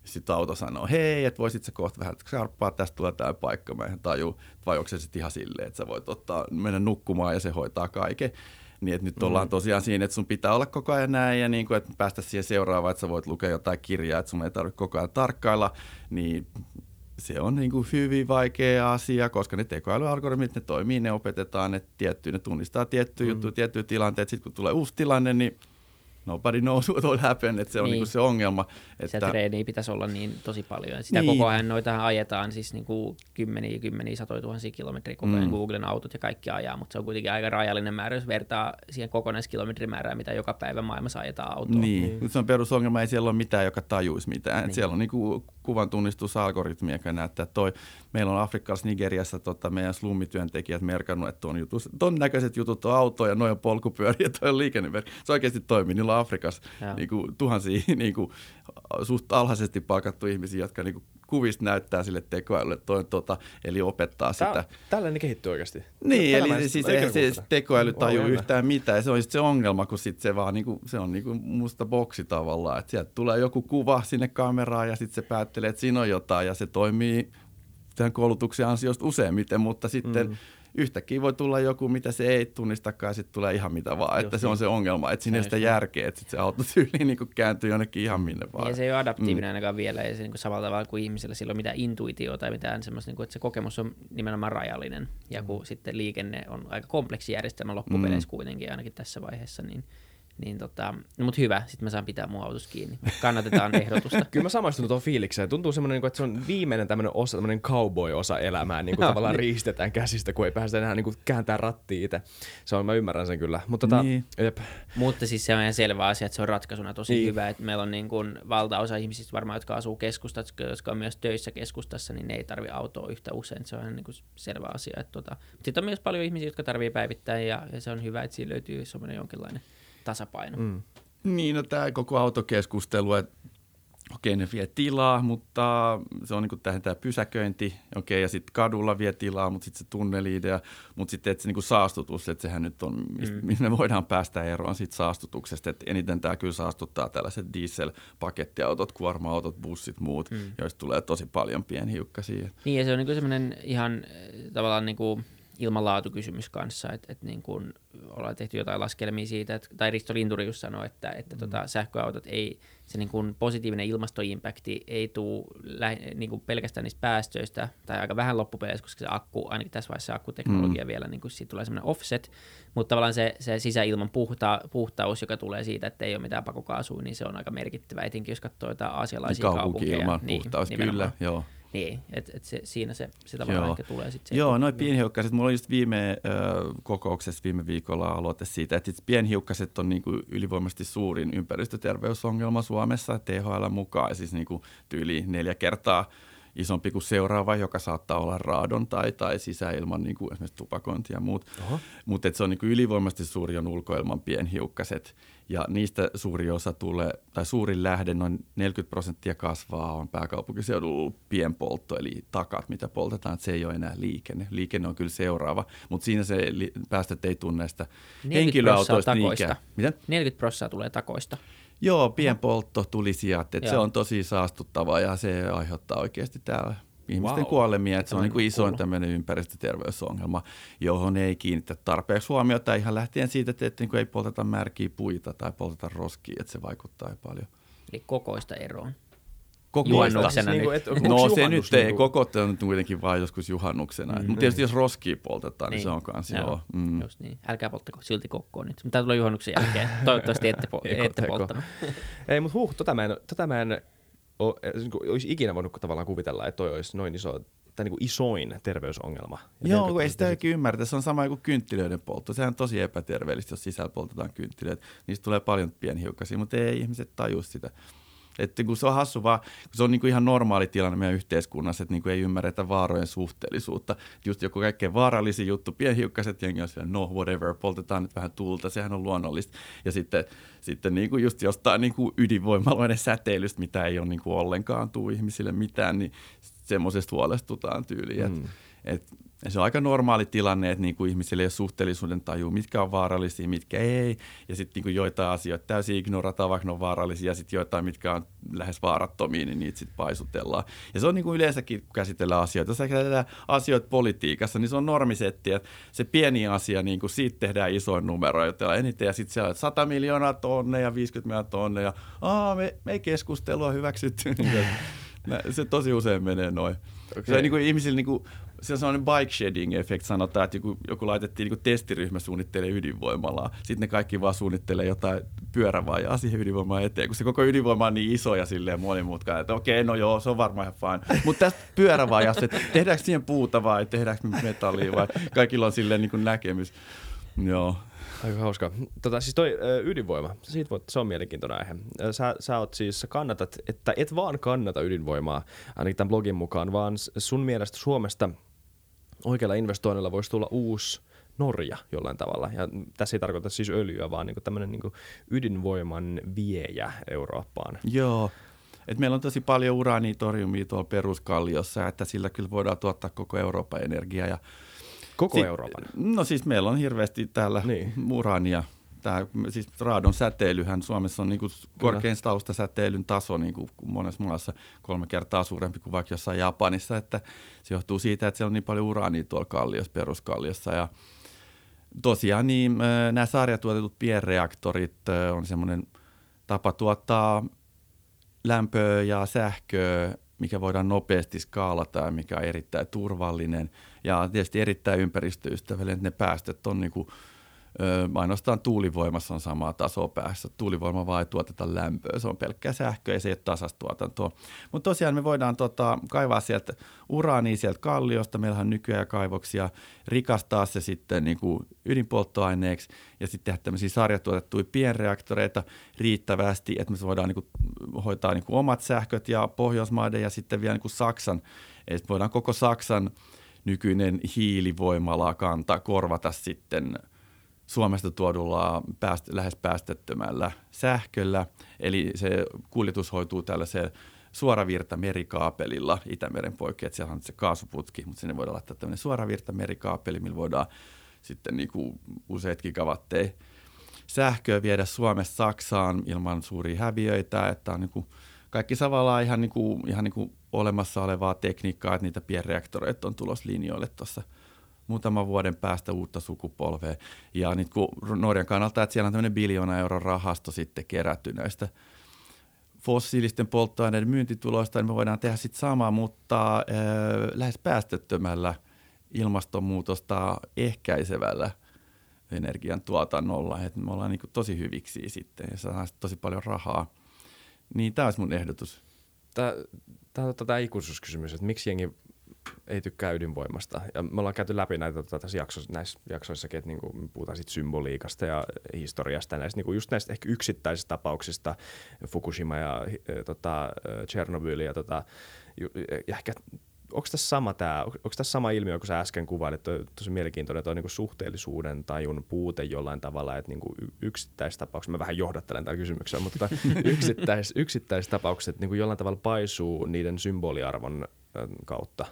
S1: sitten auto sanoo, hei, että voisit sä kohta vähän skarppaa, tästä tulee tämä paikka, mä en taju, vai onko se sitten ihan silleen, että sä voit ottaa, mennä nukkumaan ja se hoitaa kaiken. Niin, että nyt ollaan tosiaan siinä, että sun pitää olla koko ajan näin ja niin kuin, että päästä siihen seuraavaan, että sä voit lukea jotain kirjaa, että sun ei tarvitse koko ajan tarkkailla, niin se on niin kuin hyvin vaikea asia, koska ne tekoälyalgoritmit, ne toimii, ne opetetaan, ne, tiettyy, ne tunnistaa tiettyjä mm. juttuja, tiettyjä tilanteita, sitten kun tulee uusi tilanne, niin nobody knows what will happen, että se on niin. Niinku se ongelma. Että
S3: sitä treeniä pitäisi olla niin tosi paljon. Sitä niin. Koko ajan noita ajetaan siis niinku kymmeniä, kymmeniä, satoja tuhansia kilometriä koko ajan mm. Googlen autot ja kaikki ajaa, mutta se on kuitenkin aika rajallinen määrä, jos vertaa siihen kokonaiskilometrimäärää, mitä joka päivä maailmassa ajetaan autoa.
S1: Niin, mm. se on perusongelma, ei siellä ole mitään, joka tajuisi mitään. Niin. Siellä on niinku kuvan tunnistusalgoritmi, joka näyttää toi. Meillä on Afrikassa, Nigeriassa tota, meidän slummityöntekijät merkannut, että ton, jutus, ton näköiset jutut on autoja, noin on polkupyöriä, toi on liikenneverkko. Se oikeasti toimii. Niillä on Afrikassa niinku, tuhansia niinku, suht alhaisesti palkattu ihmisiä, jotka niinku, kuvista näyttää sille tekoälylle, toi, tota, eli opettaa Tää, sitä.
S2: Tällainen kehittyy oikeasti.
S1: Niin, Tällä eli siis eihän se tekoäly taju oh, yhtään mitään. Se on se ongelma, kun sit se vaan niinku, se on niinku musta boksi tavallaan. Että sieltä tulee joku kuva sinne kameraan ja sitten se päättelee, että siinä on jotain ja se toimii tämän koulutuksen ansiosta useimmiten, mutta sitten mm. yhtäkkiä voi tulla joku, mitä se ei tunnistakaan, ja sitten tulee ihan mitä vaan. Just että niin. Se on se ongelma, että siinä ei sitä järkeä, että sit se autotyyli niin kääntyy jonnekin ihan minne vaan.
S3: Ja se ei ole adaptiivinen mm. ainakaan vielä, ja se niin samalla tavalla kuin ihmisellä sillä on mitään intuitiota tai mitään semmoista, niin kuin, että se kokemus on nimenomaan rajallinen, ja kun mm. sitten liikenne on aika kompleksi järjestelmä loppupeleissä mm. kuitenkin ainakin tässä vaiheessa, niin Niin tota, no mut hyvä, sit mä saan pitää mun autossa kiinni. Kannatetaan ehdotusta.
S2: Kyllä mä samaistun tuon fiilikseen. Tuntuu semmoinen, että se on viimeinen tämmöinen osa, tämmöinen cowboy-osa elämää, niin kuin no, tavallaan niin. riistetään käsistä, kun ei päästä enää niin kuin kääntää rattia itse. Se on, mä ymmärrän sen kyllä. Mutta, tota,
S1: niin.
S3: Mutta siis se on ihan selvä asia, että se on ratkaisuna tosi niin. hyvä. Että meillä on niin kuin valtaosa ihmisistä varmaan, jotka asuu keskustassa, jotka on myös töissä keskustassa, niin ne ei tarvitse autoa yhtä usein. Se on ihan niin kuin selvä asia. Että tota. Sitten on myös paljon ihmisiä, jotka tarvitsee päivittäin, ja, ja se on hyvä, että siinä löytyy semmoinen jonkinlainen tasapaino. Mm.
S1: Niin, no tämä koko autokeskustelu, että okei, ne vie tilaa, mutta se on niin tähän tämä pysäköinti, okei, ja sitten kadulla vie tilaa, mutta sitten se tunneli-idea, mutta sitten että se niin saastutus, että sehän nyt on, mistä mm. me voidaan päästä eroon siitä saastutuksesta, että eniten tämä kyllä saastuttaa tällaiset dieselpakettiautot, kuorma-autot, bussit, muut, mm. joista tulee tosi paljon pienhiukkasia.
S3: Niin, ja se on niin semmoinen ihan tavallaan niin kuin ilmanlaatukysymys kanssa, että, että niin kuin ollaan tehty jotain laskelmia siitä, että, tai Risto Linturi just sanoi, että, että mm. tota, sähköautot ei, se niin kuin positiivinen ilmastoimpakti ei tule niin kuin pelkästään niistä päästöistä, tai aika vähän loppupeleissä, koska se akku, ainakin tässä vaiheessa akkuteknologia mm. vielä, niin kuin siitä tulee semmoinen offset, mutta tavallaan se, se sisäilman puhta, puhtaus, joka tulee siitä, että ei ole mitään pakokaasua, niin se on aika merkittävä, etenkin jos katsoo jotain aasialaisia kaupunkeja.
S1: Kaupunki-ilman
S3: niin,
S1: puhtaus, kyllä, joo.
S3: Niin, että et se, siinä se, se tavallaan ehkä tulee sitten se.
S1: Joo, noin pienhiukkaset. Mulla oli just viime äh, kokouksessa viime viikolla aloite siitä, että pienhiukkaset on niinku ylivoimaisesti suurin ympäristöterveysongelma Suomessa T H L mukaan. Siis niinku tyyli neljä kertaa isompi kuin seuraava, joka saattaa olla raadon tai, tai sisäilman, niin kuin esimerkiksi tupakointi ja muut. Mutta se on niin kuin ylivoimaisesti suuri on ulkoilman pienhiukkaset. Ja niistä suuri osa tulee, tai suurin lähde, noin neljäkymmentä prosenttia kasvaa, on pääkaupunkiseudulla pienpoltto, eli takat, mitä poltetaan, että se ei ole enää liikenne. Liikenne on kyllä seuraava, mutta siinä se li- päästöt ei tule näistä henkilöautoista niinkään. Miten?
S3: neljäkymmentä prosenttia tulee takoista.
S1: Joo, pienpoltto tuli sieltä, että se on tosi saastuttava ja se aiheuttaa oikeasti täällä ihmisten wow. kuolemia, että se on niin kuin isoin tämmöinen ympäristöterveysongelma, johon ei kiinnitä tarpeeksi huomiota ihan lähtien siitä, että, että niin kuin ei polteta märkiä puita tai polteta roskia, että se vaikuttaa paljon.
S3: Eli kokoista eroon.
S1: Juhannuksena nyt. Niin kuin, no se nyt ei, niin koko on kuitenkin vain joskus juhannuksena. Mm. Mutta tietysti jos roskia poltetaan, niin, niin se on kanssa joo. joo. Mm.
S3: Just niin. Älkää polttako silti kokkoon nyt. Tämä tulee juhannuksen jälkeen. Toivottavasti ette, po- ette polttanut.
S2: Ei, mutta huh, tota mä en, tota mä en o, olisi ikinä voinut tavallaan kuvitella, että toi olisi noin iso, tai niin kuin isoin terveysongelma. Ja
S1: joo, kun ei sitä oikein ymmärretä. Se on sama kuin kynttilöiden poltto. Sehän on tosi epäterveellistä, jos sisällä poltetaan kynttilöitä. Niistä tulee paljon pienhiukkasia, mutta ei ihmiset taju sitä. Että kun se on hassu vaan, kun se on niin kuin ihan normaali tilanne meidän yhteiskunnassa, että niin kuin ei ymmärretä vaarojen suhteellisuutta. Just joku kaikkein vaarallisin juttu, pienhiukkaset, jengi on siellä, no whatever, poltetaan nyt vähän tuulta, sehän on luonnollista. Ja sitten, sitten niin kuin just jostain niin kuin ydinvoimaloiden säteilystä, mitä ei ole niin kuin ollenkaan tuu ihmisille mitään, niin semmoisesta huolestutaan tyyliin. Mm. Et, Ja se on aika normaali tilanne, että niin kuin ihmisille ei ole suhteellisuuden tajua, mitkä on vaarallisia, mitkä ei. Ja sitten niin joitain asioita täysin ignorataan, vaikka ne on vaarallisia, ja sitten joitain, mitkä on lähes vaarattomia, niin niitä sitten paisutellaan. Ja se on niin kuin yleensäkin, kun käsitellään asioita. Jos käsitellään asioita politiikassa, niin se on normisetti, että se pieni asia, niin kuin siitä tehdään isoin numero, joten eniten, ja sitten siellä on sata miljoonaa tonne ja viisikymmentä miljoonaa tonne, ja Aa, me, me ei keskustelua hyväksytty. Se tosi usein menee noin. Okay. Se on niin kuin ihmisillä niin kuin, se on sellainen bike shedding-efekt, sanotaan, että joku, joku laitettiin niin testiryhmä suunnittelee ydinvoimalaa. Sitten ne kaikki vaan suunnittelee jotain pyörävaijaa siihen ydinvoimaan eteen, kun se koko ydinvoima on niin iso ja silleen monimutkainen, että okei, no joo, se on varmaan ihan fine. Mutta tästä pyörävaijasta, että tehdäänkö siihen puuta vai tehdäänkö metallia vai kaikilla on silleen niin kuin näkemys. Joo.
S2: Aika hauska. Tota, siis toi ö, ydinvoima, siitä voit, se on mielenkiintoinen aihe. Sä, sä oot siis, kannatat, että et vaan kannata ydinvoimaa, ainakin tämän blogin mukaan, vaan sun mielestä Suomesta oikealla investoinnilla voisi tulla uusi Norja jollain tavalla. Ja tässä ei tarkoita siis öljyä, vaan niinku tämmöinen niinku ydinvoiman viejä Eurooppaan.
S1: Joo. Et meillä on tosi paljon uraania, toriumia tuolla peruskalliossa, että sillä kyllä voidaan tuottaa koko Euroopan energiaa. Ja
S2: Koko
S1: si-
S2: Euroopan?
S1: No siis meillä on hirveästi täällä niin. uraania. Tää, siis raadon säteilyhän Suomessa on niinku korkein taustasäteilyn taso niinku monessa maassa kolme kertaa suurempi kuin vaikka jossain Japanissa. Että se johtuu siitä, että siellä on niin paljon uraania tuolla kalliossa, peruskalliossa. Ja tosiaan niin, nämä sarjatuotetut pienreaktorit on semmoinen tapa tuottaa lämpöä ja sähköä, mikä voidaan nopeasti skaalata ja mikä on erittäin turvallinen ja tietysti erittäin ympäristöystävällinen, että ne päästöt on niin kuin, ö, ainoastaan tuulivoimassa on samaa tasoa päässä. Tuulivoima vaan ei tuoteta lämpöä, se on pelkkää sähköä ja se ei ole tasastuotantoa. Mutta tosiaan me voidaan tota, kaivaa sieltä uraania sieltä kalliosta, meillähän on nykyään kaivoksia, rikastaa se sitten niin kuin ydinpolttoaineeksi ja sitten tehdä tämmöisiä sarjatuotettuja pienreaktoreita riittävästi, että me voidaan niin kuin, hoitaa niin kuin omat sähköt ja Pohjoismaiden ja sitten vielä niin kuin Saksan, että voidaan koko Saksan nykyinen hiilivoimala kantaa, korvata sitten Suomesta tuodulla pääst, lähes päästöttömällä sähköllä, eli se kuljetus hoituu tällaisella suoravirta merikaapelilla Itämeren poikki, että siellä on se kaasuputki, mutta sinne voidaan laittaa tämmöinen suoravirta merikaapeli, millä voidaan sitten niin kuin useat gigawatteja sähköä viedä Suomesta Saksaan ilman suuria häviöitä, että on niin kuin kaikki tavallaan ihan, niin kuin, ihan niin kuin olemassa olevaa tekniikkaa, että niitä pienreaktoreita on tulossa linjoille tuossa muutaman vuoden päästä uutta sukupolvea. Ja nyt kun Norjan kannalta, että siellä on tämmöinen biljoona euron rahasto sitten kerätty näistä fossiilisten polttoaineiden myyntituloista, niin me voidaan tehdä sitten samaa, mutta äh, lähes päästöttömällä ilmastonmuutosta ehkäisevällä energian tuotannolla. Et me ollaan niin kuin tosi hyviksi sitten ja saadaan tosi paljon rahaa. Niin tämä olisi mun ehdotus.
S2: Tämä on tämä ikuisuuskysymys, että miksi jengi ei tykkää ydinvoimasta. Ja me ollaan käyty läpi näitä tässä jaksoissa, näissä jaksoissakin, että niinku me puhutaan sit symboliikasta ja historiasta ja näistä, niinku just näistä ehkä yksittäisistä tapauksista, Fukushima ja e, tota, Chernobyl ja, tota, ja ehkä onko tässä sama tämä, onko tässä sama ilmiö, kun sä äsken kuvailit, tosi mielenkiintoinen tuo niinku suhteellisuuden tajun puute jollain tavalla, että niinku yksittäistapauksessa, mä vähän johdattelen tämän kysymyksen, mutta yksittäis, yksittäistapaukset niinku jollain tavalla paisuu niiden symboliarvon kautta.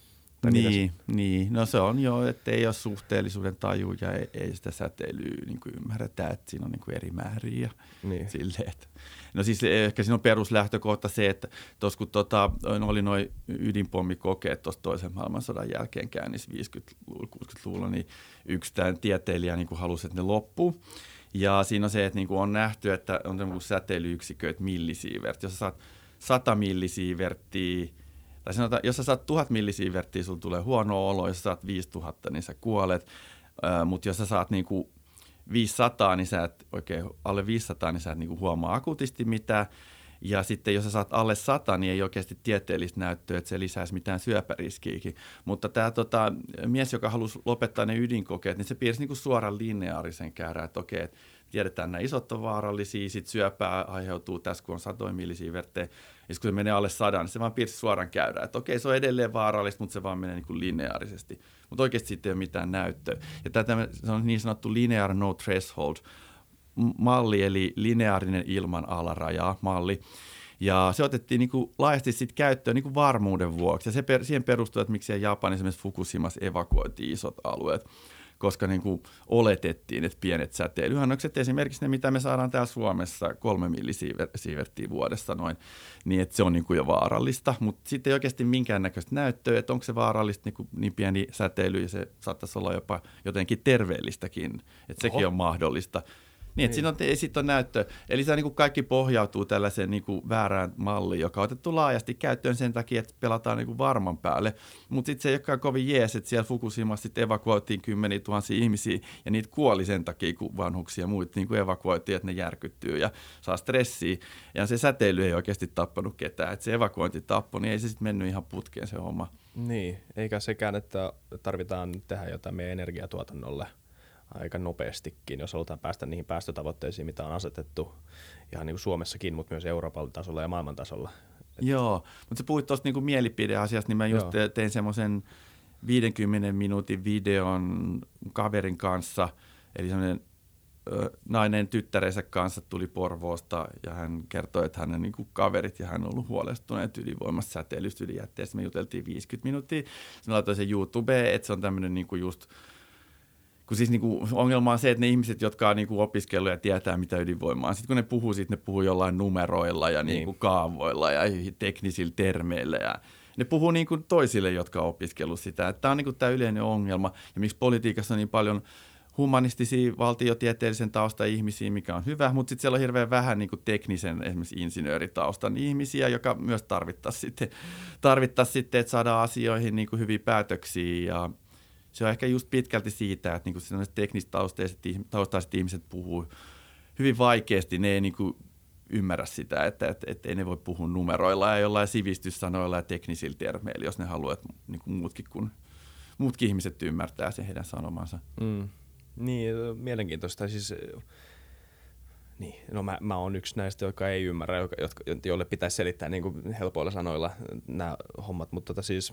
S1: Niin, niin, no se on jo, että ei ole suhteellisuuden taju ja ei, ei sitä säteilyä niin kuin ymmärretä, että siinä on niin kuin eri määriä. Niin. Silleen, että. No siis ehkä siinä on peruslähtökohta se, että tuossa kun tota, oli noin ydinpommikokeet tuossa toisen maailmansodan jälkeen käynnissä viisikymmentäluvulla, kuusikymmentäluvulla, niin yksi tämän tieteilijä niin kuin halusi, että ne loppuu. Ja siinä on se, että niin kuin on nähty, että on tämmöinen säteilyyksiköitä millisiivertti. Jos sä saat sata millisiiverttiä, tai sanotaan, jos sä saat tuhat millisiiverttiä, sulla tulee huono olo, jos sä saat viisituhatta, niin sä kuolet, äh, mutta jos sä saat niinku viisisataa, niin sä et oikein, alle viisisataa, niin sä et niinku huomaa akuutisti mitään, ja sitten jos sä saat alle sata, niin ei oikeasti tieteellistä näyttöä, että se lisäisi mitään syöpäriskiäkin, mutta tämä tota, mies, joka halusi lopettaa ne ydinkokeet, niin se piirsi niinku suoran lineaarisen käyrän, että okei, että tiedetään, että nämä isot on vaarallisia, sitten syöpää aiheutuu tässä, kun on satoja millisiiverttejä. Ja kun se menee alle sadan, niin se vaan piirsi suoran käyrän. Että okei, se on edelleen vaarallista, mutta se vaan menee niin kuin lineaarisesti. Mutta oikeasti siitä ei ole mitään näyttöä. Ja tämä se on niin sanottu linear no threshold malli, eli lineaarinen ilman alarajaa malli. Ja se otettiin niin kuin laajasti sit käyttöön niin kuin varmuuden vuoksi. Ja se per, siihen perustuu, että miksi Japanissa esimerkiksi Fukushimassa evakuoitiin isot alueet, koska niin kuin oletettiin, että pienet säteilyhannokset, esimerkiksi ne, mitä me saadaan täällä Suomessa, kolme millisiiverttiä vuodessa noin, niin että se on niin kuin jo vaarallista. Mutta sitten ei oikeasti minkäännäköistä näyttöä, että onko se vaarallista niin, kuin niin pieni säteily, ja se saattaisi olla jopa jotenkin terveellistäkin, että sekin Oho. on mahdollista. Niin, että siinä on, sitten on näyttö. Eli se niin kuin kaikki pohjautuu tällaiseen niin kuin väärään malliin, joka on otettu laajasti käyttöön sen takia, että pelataan niin kuin varman päälle. Mutta sitten se ei olekaan kovin jees, että siellä Fukushimassa sitten evakuoitiin kymmeniä tuhansia ihmisiä, ja niitä kuoli sen takia, kun vanhuksia ja muut niin kuin evakuoitiin, että ne järkyttyy ja saa stressiä. Ja se säteily ei oikeasti tappanut ketään. Että se evakuointi tappoi, niin ei se sitten mennyt ihan putkeen se homma.
S2: Niin, eikä sekään, että tarvitaan tehdä jotain meidän energiatuotannolle aika nopeastikin, jos halutaan päästä niihin päästötavoitteisiin, mitä on asetettu ihan niin kuin Suomessakin, mutta myös Euroopan tasolla ja maailman tasolla.
S1: Joo, mutta sä puhuit tuosta niin mielipideasiasta, niin mä just Joo. tein semmoisen viidenkymmenen minuutin videon kaverin kanssa, eli semmoinen nainen tyttärensä kanssa tuli Porvoosta ja hän kertoi, että hänen niin kuin kaverit ja hän on ollut huolestuneet ydinvoimasta, säteilystä, ydinjätteestä. Me juteltiin viisikymmentä minuuttia. Sitten mä laitoin sen YouTubeen, että se on tämmöinen niin kuin just kun siis niinku ongelma on se, että ne ihmiset, jotka on niinku opiskellut ja tietää, mitä ydinvoima on, sitten kun ne puhuu siitä, ne puhuu jollain numeroilla ja niinku niin. kaavoilla ja teknisillä termeillä. Ja ne puhuu niinku toisille, jotka on opiskellut sitä. Tämä on niinku tämä yleinen ongelma. Ja miksi politiikassa on niin paljon humanistisia, valtiotieteellisen taustan ihmisiä, mikä on hyvä, mutta sitten siellä on hirveän vähän niinku teknisen, esimerkiksi insinööritaustan ihmisiä, joka myös tarvittaisiin sitten, tarvittaisi sitten että saadaan asioihin niinku hyviä päätöksiä. Ja se on ehkä just pitkälti siitä, että niinku sellaiset teknistaustaiset taustaiset ihmiset puhuu hyvin vaikeasti. Ne ei niinku ymmärrä sitä, että et, et ei ne voi puhua numeroilla ja jollain sivistyssanoilla ja teknisillä termeillä, jos ne haluaa, että niinku muutkin, kun, muutkin ihmiset ymmärtää sen heidän sanomansa.
S2: Mm. Niin, mielenkiintoista. Siis, niin, no mä, mä oon yksi näistä, jotka ei ymmärrä, jotka, joille pitäisi selittää niin kuin helpoilla sanoilla nämä hommat, mutta tota siis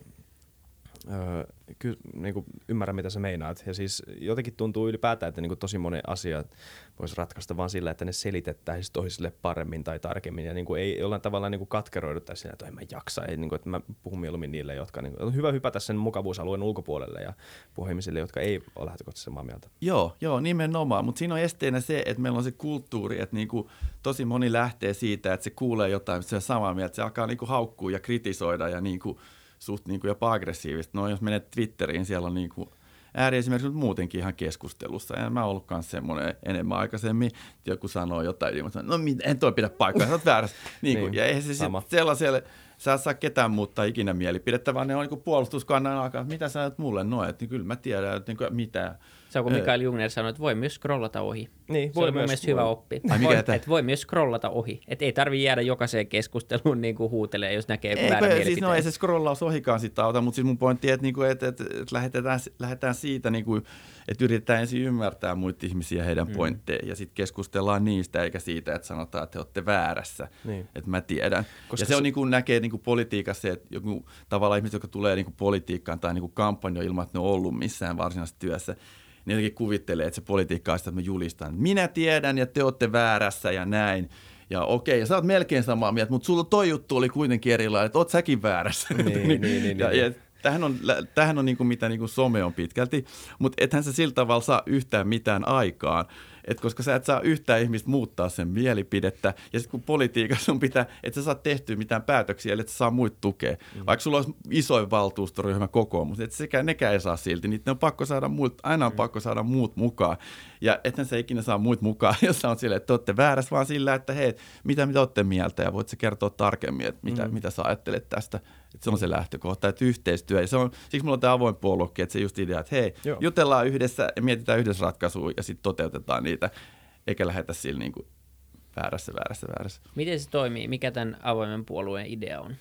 S2: Öö, kyllä niin kuin ymmärrän, mitä sä meinaat. Ja siis jotenkin tuntuu ylipäätään, että niin kuin tosi moni asia voisi ratkaista vaan sillä, että ne selitettäisiin toisille paremmin tai tarkemmin. Ja niin kuin ei jollain tavalla niin kuin katkeroiduttaisi siinä, että en mä jaksa. Ei, niin kuin, että mä puhun mieluummin niille, jotka niin kuin, on hyvä hypätä sen mukavuusalueen ulkopuolelle ja puhua ihmisille, jotka ei ole lähtökohtaisesti samaa mieltä.
S1: Joo, joo, nimenomaan. Mutta siinä on esteenä se, että meillä on se kulttuuri, että niin kuin tosi moni lähtee siitä, että se kuulee jotain, se on samaa mieltä. Se alkaa niin kuin haukkua ja kritisoida ja niin kuin suht niin kuin jopa aggressiivista. No jos menet Twitteriin, siellä on niin kuin ääriesimerkiksi muutenkin ihan keskustelussa. En mä ollutkaan semmoinen enemmän aikaisemmin, että joku sanoo jotain, ja sanon, no en toi pidä paikkaa, sä oot väärässä. Niin kuin, niin, ja eihän se sitten sellaiselle, sä et saa ketään muuttaa ikinä mielipidettä, vaan ne on niin puolustuskannan alkaa, että mitä sä oot mulle noin, että niin kyllä mä tiedän, että niin mitä.
S3: Se on kuin Mikael Jungner sanoi, että voi myös scrollata ohi.
S2: Niin,
S3: se
S2: voi
S3: on mun mielestä hyvä oppi.
S1: Ai,
S3: voi, että voi myös scrollata ohi. Että ei tarvitse jäädä jokaiseen keskusteluun niin kuin huutelee, jos näkee joku väärä mielipiteen.
S1: Siis no ei se scrollaus ohikaan sitä auta, mutta siis mun pointti, että, niinku, että, että, että lähdetään, lähdetään siitä, niinku, että yritetään ensin ymmärtää muita ihmisiä heidän mm. pointteja ja sitten keskustellaan niistä, eikä siitä, että sanotaan, että te olette väärässä, niin. Että mä tiedän. Koska ja se on niin kuin näkee niin kuin politiikassa, että joku tavallaan ihmiset, jotka tulee niin kuin politiikkaan tai niin kuin kampanjoon ilman, että ne on ollut missään varsinaisessa työssä, niin jotenkin kuvittelee, että se politiikka on sitä, että mä julistan, minä tiedän ja te olette väärässä ja näin. Ja okei, ja sä oot melkein samaa mieltä, mutta sulla toi juttu oli kuitenkin erilainen, että oot säkin väärässä.
S2: Niin, niin, niin,
S1: ja,
S2: niin.
S1: ja tämähän on, tämähän on niin kuin mitä niin kuin some on pitkälti, mutta ethän sä sillä tavalla saa yhtään mitään aikaan. Et koska sä et saa yhtään ihmistä muuttaa sen mielipidettä, ja sitten kun politiikassa on pitää, että sä saat tehtyä mitään päätöksiä, eli et sä saa muita tukea. Mm. Vaikka sulla olisi isoin valtuustoryhmä kokoomus, että sekään nekään ei saa silti, niitä on pakko saada muut, aina on mm. pakko saada muut mukaan. Ja ethän sä ikinä saa muut mukaan, jos on silleen, että te olette väärässä, vaan sillä, että hei, mitä mitä olette mieltä, ja voit sä kertoa tarkemmin, että mitä, mm. mitä sä ajattelet tästä. Että se on se lähtökohta, että yhteistyö. Ja se on, siksi mulla on tämä avoin puoluekin, että se just idea, että hei, Joo. jutellaan yhdessä ja mietitään yhdessä ratkaisua ja sitten toteutetaan niitä, eikä lähdetä sillä niin kuin väärässä, väärässä, väärässä.
S3: Miten se toimii? Mikä tämän avoimen puolueen idea on?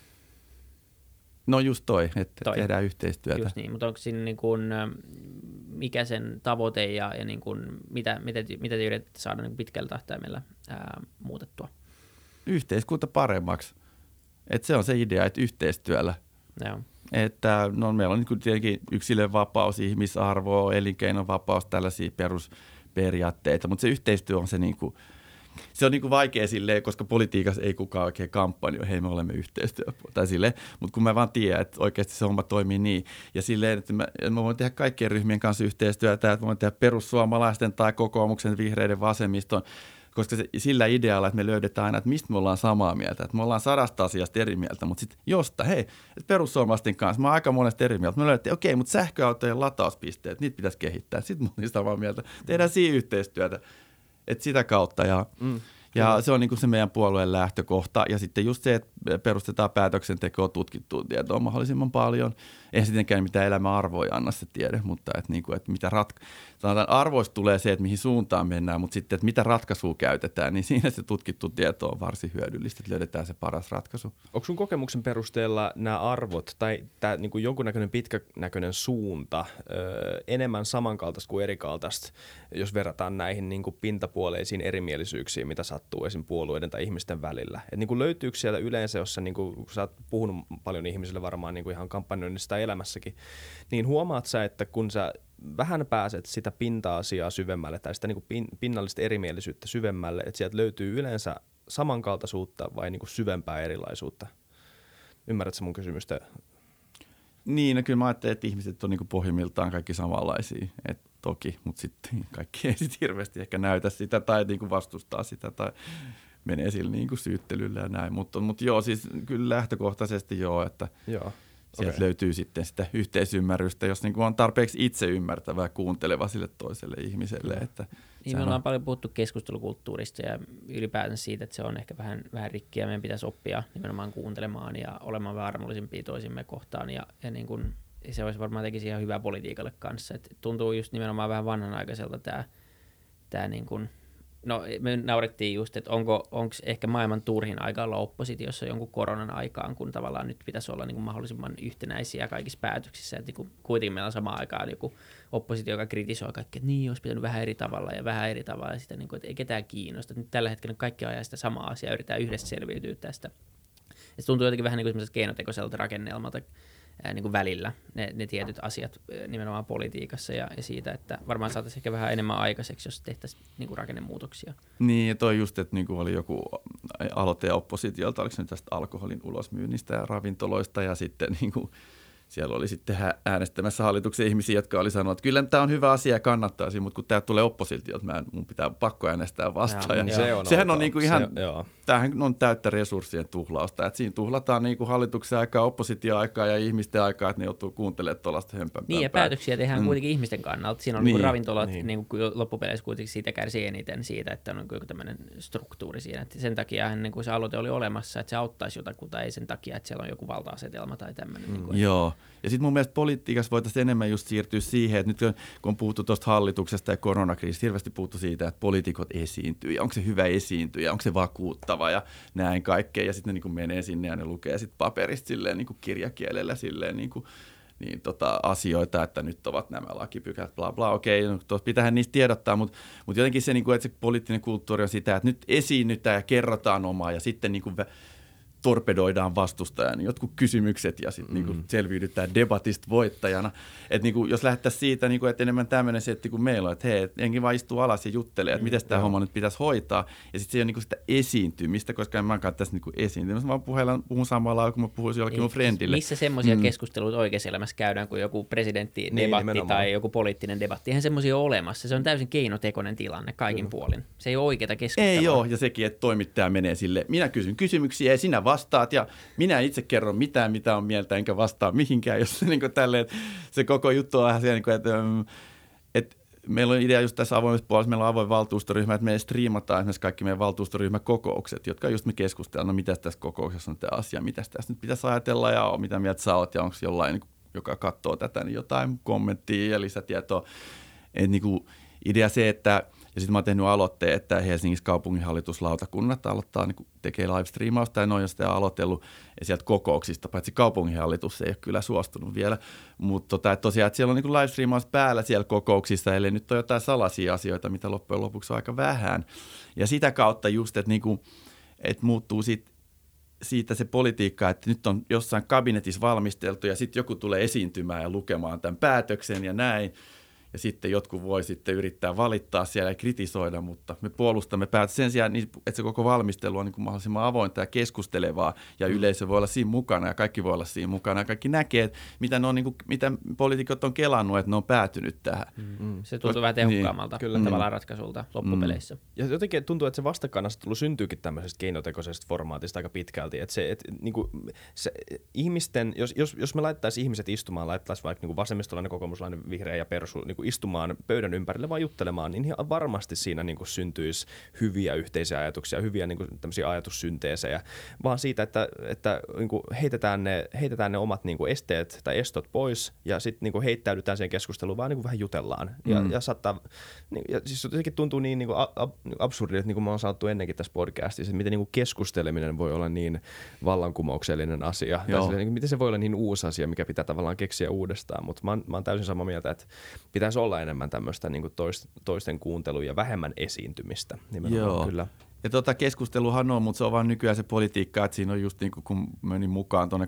S1: No just toi, että toi. Tehdään yhteistyötä.
S3: Just niin, mutta onko siinä niin kuin, mikä sen tavoite ja, ja niin kuin, mitä, mitä, mitä te yritätte saada niin pitkällä tähtäimellä ää, muutettua?
S1: Yhteiskunta paremmaksi. Että se on se idea, että yhteistyöllä.
S3: Joo.
S1: Että no, meillä on niin tietenkin yksilön vapaus, ihmisarvo, elinkeinon vapaus, tällaisia perusperiaatteita, mutta se yhteistyö on se niin kuin se on niin kuin vaikea silleen, koska politiikassa ei kukaan oikein kampanjoi, hei me olemme yhteistyöpuolella. Tai silleen, mutta kun mä vaan tiedän, että oikeasti se homma toimii niin. Ja silleen, että mä, mä voin tehdä kaikkien ryhmien kanssa yhteistyötä, että mä voin tehdä perussuomalaisten tai kokoomuksen, vihreiden, vasemmiston, koska se, sillä idealla, että me löydetään aina, että mistä me ollaan samaa mieltä. Että me ollaan sadasta asiasta eri mieltä, mutta sitten josta, hei, että perussuomalaisten kanssa, mä oon aika monesta eri mieltä. Me löydettiin, okei, okay, mutta sähköautojen latauspisteet, niitä pitäisi kehittää. Sitten me ollaan samaa mieltä. Tehdään siinä yhteistyötä. Että sitä kautta ja, mm, ja se on niin kuin se meidän puolueen lähtökohta. Ja sitten just se, että perustetaan päätöksentekoa tutkittuun tietoon mahdollisimman paljon. Eihän sittenkään mitään elämäarvoja anna se tiede, mutta että, niin kuin, että mitä ratka- sanotaan, arvoista tulee se, että mihin suuntaan mennään, mutta sitten, että mitä ratkaisua käytetään, niin siinä se tutkittu tieto on varsin hyödyllistä, että löydetään se paras ratkaisu.
S2: Onko sun kokemuksen perusteella nämä arvot tai tämä niin kuin jonkunnäköinen pitkänäköinen suunta ö, enemmän samankaltaista kuin erikaltaista, jos verrataan näihin niin kuin pintapuoleisiin erimielisyyksiin, mitä sattuu esim. Puolueiden tai ihmisten välillä? Et niin kuin löytyykö siellä yleensä, jos sä, niin kuin, kun sä oot puhunut paljon ihmisille varmaan niin kuin ihan kampanjoinnista tai elämässäkin, niin huomaat sä, että kun sä vähän pääset sitä pinta-asiaa syvemmälle tai sitä niin kuin pin, pinnallista erimielisyyttä syvemmälle, että sieltä löytyy yleensä samankaltaisuutta vai niin kuin syvempää erilaisuutta? Ymmärrätkö mun kysymystä?
S1: Niin, no kyllä mä ajattelen, että ihmiset on niin kuin pohjimmiltaan kaikki samanlaisia, et toki, mutta sitten kaikki ei sit hirveästi ehkä näytä sitä tai niin kuin vastustaa sitä tai menee sillä niin kuin syyttelyllä ja näin, mutta, mutta joo, siis kyllä lähtökohtaisesti joo, että joo. Sieltä okay. löytyy sitten sitä yhteisymmärrystä, jos niin kuin on tarpeeksi itse ymmärtävää kuunteleva sille toiselle ihmiselle. Että
S3: niin me ollaan on... paljon puhuttu keskustelukulttuurista ja ylipäätään siitä, että se on ehkä vähän, vähän rikki ja meidän pitäisi oppia nimenomaan kuuntelemaan ja olemaan vähän armollisempia toisimme kohtaan ja, ja niin kuin, se olisi varmaan tekisi ihan hyvää politiikalle kanssa. Et tuntuu just nimenomaan vähän vanhanaikaiselta tämä, tämä niin kuin no me naurettiin just, että onko onko ehkä maailman turhin aika olla oppositiossa jonkun koronan aikaan, kun tavallaan nyt pitäisi olla niin kuin mahdollisimman yhtenäisiä kaikissa päätöksissä. Että niin kuin kuitenkin meillä on samaan aikaan joku oppositio, joka kritisoi kaikkea, että niin, olisi pitänyt vähän eri tavalla ja vähän eri tavalla. Ja sitä, niin kuin, että ei ketään kiinnosta. Nyt tällä hetkellä kaikki ajaa sitä samaa asiaa ja yritetään yhdessä selviytyä tästä. Ja se tuntuu jotenkin vähän niin kuin semmoiselta keinotekoiselta rakennelmalta ää, niin kuin välillä ne, ne tietyt asiat nimenomaan politiikassa ja, ja siitä, että varmaan saataisiin ehkä vähän enemmän aikaiseksi, jos tehtäisiin niin kuin rakennemuutoksia.
S1: Niin, ja toi just, että niin kuin oli joku aloite oppositiolta, oliko se nyt tästä alkoholin ulosmyynnistä ja ravintoloista, ja sitten niin kuin siellä oli sitten äänestämässä hallituksen ihmisiä, jotka oli sanonut, että kyllä tämä on hyvä asia ja kannattaisi, mutta kun tämä tulee oppositiolta, mä, mun pitää pakko äänestää vastaan. Ja, ja se on sehän on niinku ihan, se, tämähän on täyttä resurssien tuhlausta. Että siinä tuhlataan niinku hallituksen aikaa, oppositioaikaa ja ihmisten aikaa, että ne joutuu kuuntelemaan tuollaista hömpänpää.
S3: Niin ja päätöksiä tehdään mm. kuitenkin ihmisten kannalta. Siinä on niin. Niinku ravintolat niin. Niinku loppupeleissä kuitenkin siitä kärsii eniten siitä, että on joku tämmöinen struktuuri siinä. Että sen takia niin kuin se aloite oli olemassa, että se auttaisi jotakuta, ei sen takia, että siellä on joku valta-asetelma tai tämmöinen. Mm. Niin
S1: joo. Ja sitten mun mielestä politiikassa voitaisiin enemmän just siirtyä siihen, että nyt kun on puhuttu tuosta hallituksesta ja koronakriisistä, hirveästi puhuttu siitä, että poliitikot esiintyy ja onko se hyvä esiintyä ja onko se vakuuttava ja näin kaikkea. Ja sitten ne niin kuin menee sinne ja ne lukee sitten paperista silleen niin kuin kirjakielellä silleen niin kuin, niin tota, asioita, että nyt ovat nämä lakipykät, bla bla, okei, no, pitäähän niistä tiedottaa, mutta, mutta jotenkin se, niin kuin, että se poliittinen kulttuuri on sitä, että nyt esiinnytään ja kerrotaan omaa ja sitten niin kuin torpedoidaan vastustajan jotkut kysymykset ja sitten mm. niinku selviydytään debatista voittajana. Et niinku, jos lähdettäisiin siitä, niinku, että enemmän tämmöinen setti kuin meillä on, että hei, jenkin vaan istuu alas ja juttelee, että mm. miten tämä homma nyt pitäisi hoitaa. Ja sitten se ei ole niinku sitä esiintymistä, koska en mäkään tässä niinku esiintyä. Mä puhun, puhun samalla kun mä puhuisin jollekin mun friendille.
S3: Missä semmoisia mm. keskusteluita oikeassa elämässä käydään, kuin joku presidenttidebatti niin, tai joku poliittinen debatti. Eihän semmoisia ole olemassa. Se on täysin keinotekoinen tilanne kaikin mm. puolin. Se ei ole oikeata keskustelua.
S1: Ei ole, ja sekin, että toimittaja menee sille, minä kysyn kysymyksiä ja sinä vastaat ja minä itse kerron mitään, mitä on mieltä, enkä vastaa mihinkään, jos niin kuin tälleen, se koko juttu on vähän siellä, niin kuin, että, että meillä on idea just tässä avoimessa puolessa, meillä on avoin valtuustoryhmä, että me striimataan esimerkiksi kaikki meidän valtuustoryhmäkokoukset, jotka just me keskustellaan, no mitä tässä kokouksessa on tämä asia, mitä tässä nyt pitäisi ajatella ja mitä mieltä sä oot ja onko jollain, joka katsoo tätä, niin jotain kommenttia ja lisätietoa. Että niin kuin idea se, että ja sitten mä oon tehnyt aloitteen, että Helsingissä kaupunginhallituslautakunnat aloittaa, niin tekee live-striimausta ja noin on sitä aloitellut ja sieltä kokouksista, paitsi kaupunginhallitus ei ole kyllä suostunut vielä. Mutta tota, et tosiaan, että siellä on niin live-striimaus päällä siellä kokouksissa, eli nyt on jotain salaisia asioita, mitä loppujen lopuksi on aika vähän. Ja sitä kautta just, että niinku, et muuttuu sit, siitä se politiikka, että nyt on jossain kabinetissa valmisteltu ja sitten joku tulee esiintymään ja lukemaan tämän päätöksen ja näin. ja sitten jotkut voi sitten yrittää valittaa siellä ja kritisoida, mutta me puolustamme päätös sen sijaan, että se koko valmistelu on niin kuin mahdollisimman avointa ja keskustelevaa, ja yleisö voi olla siinä mukana, ja kaikki voi olla siinä mukana, ja kaikki näkee, mitä, ne on, niin kuin, mitä poliitikot on kelannut, että ne on päätynyt tähän.
S3: Mm. Se tuntuu vähän tehokkaammalta niin, tavallaan ratkaisulta loppupeleissä.
S2: Mm. Ja jotenkin tuntuu, että se vastakkainasettelu syntyykin tämmöisestä keinotekoisesta formaatista aika pitkälti, että se, että niin kuin, se ihmisten, jos, jos, jos me laittaisiin ihmiset istumaan, laittaisiin vaikka niin kuin vasemmistolainen, kokoomuslainen, vihreä ja persu niin kuin istumaan pöydän ympärille vaan juttelemaan, niin ihan varmasti siinä niin kuin syntyisi hyviä yhteisiä ajatuksia, hyviä niin kuin tämmöisiä ajatussynteesejä, vaan siitä, että, että niin kuin heitetään, ne, heitetään ne omat niin kuin esteet tai estot pois ja sitten niin kuin heittäydytään siihen keskusteluun, vaan niin kuin vähän jutellaan. Ja, mm. ja saattaa, niin, ja siis jotenkin tuntuu niin, niin kuin ab, absurdi, että niin kuin me on sanottu ennenkin tässä podcastissa, että miten niin kuin keskusteleminen voi olla niin vallankumouksellinen asia. Tai sille, niin kuin, miten se voi olla niin uusi asia, mikä pitää tavallaan keksiä uudestaan, mutta mä, mä oon täysin samaa mieltä, että pitäisi olla enemmän tämmöistä niin kuin toist, toisten kuuntelua ja vähemmän esiintymistä.
S1: Joo.
S2: Kyllä.
S1: Ja tota keskusteluhan on, mutta se on vaan nykyään se politiikka, että siinä on just niin kuin kun menin mukaan tuonne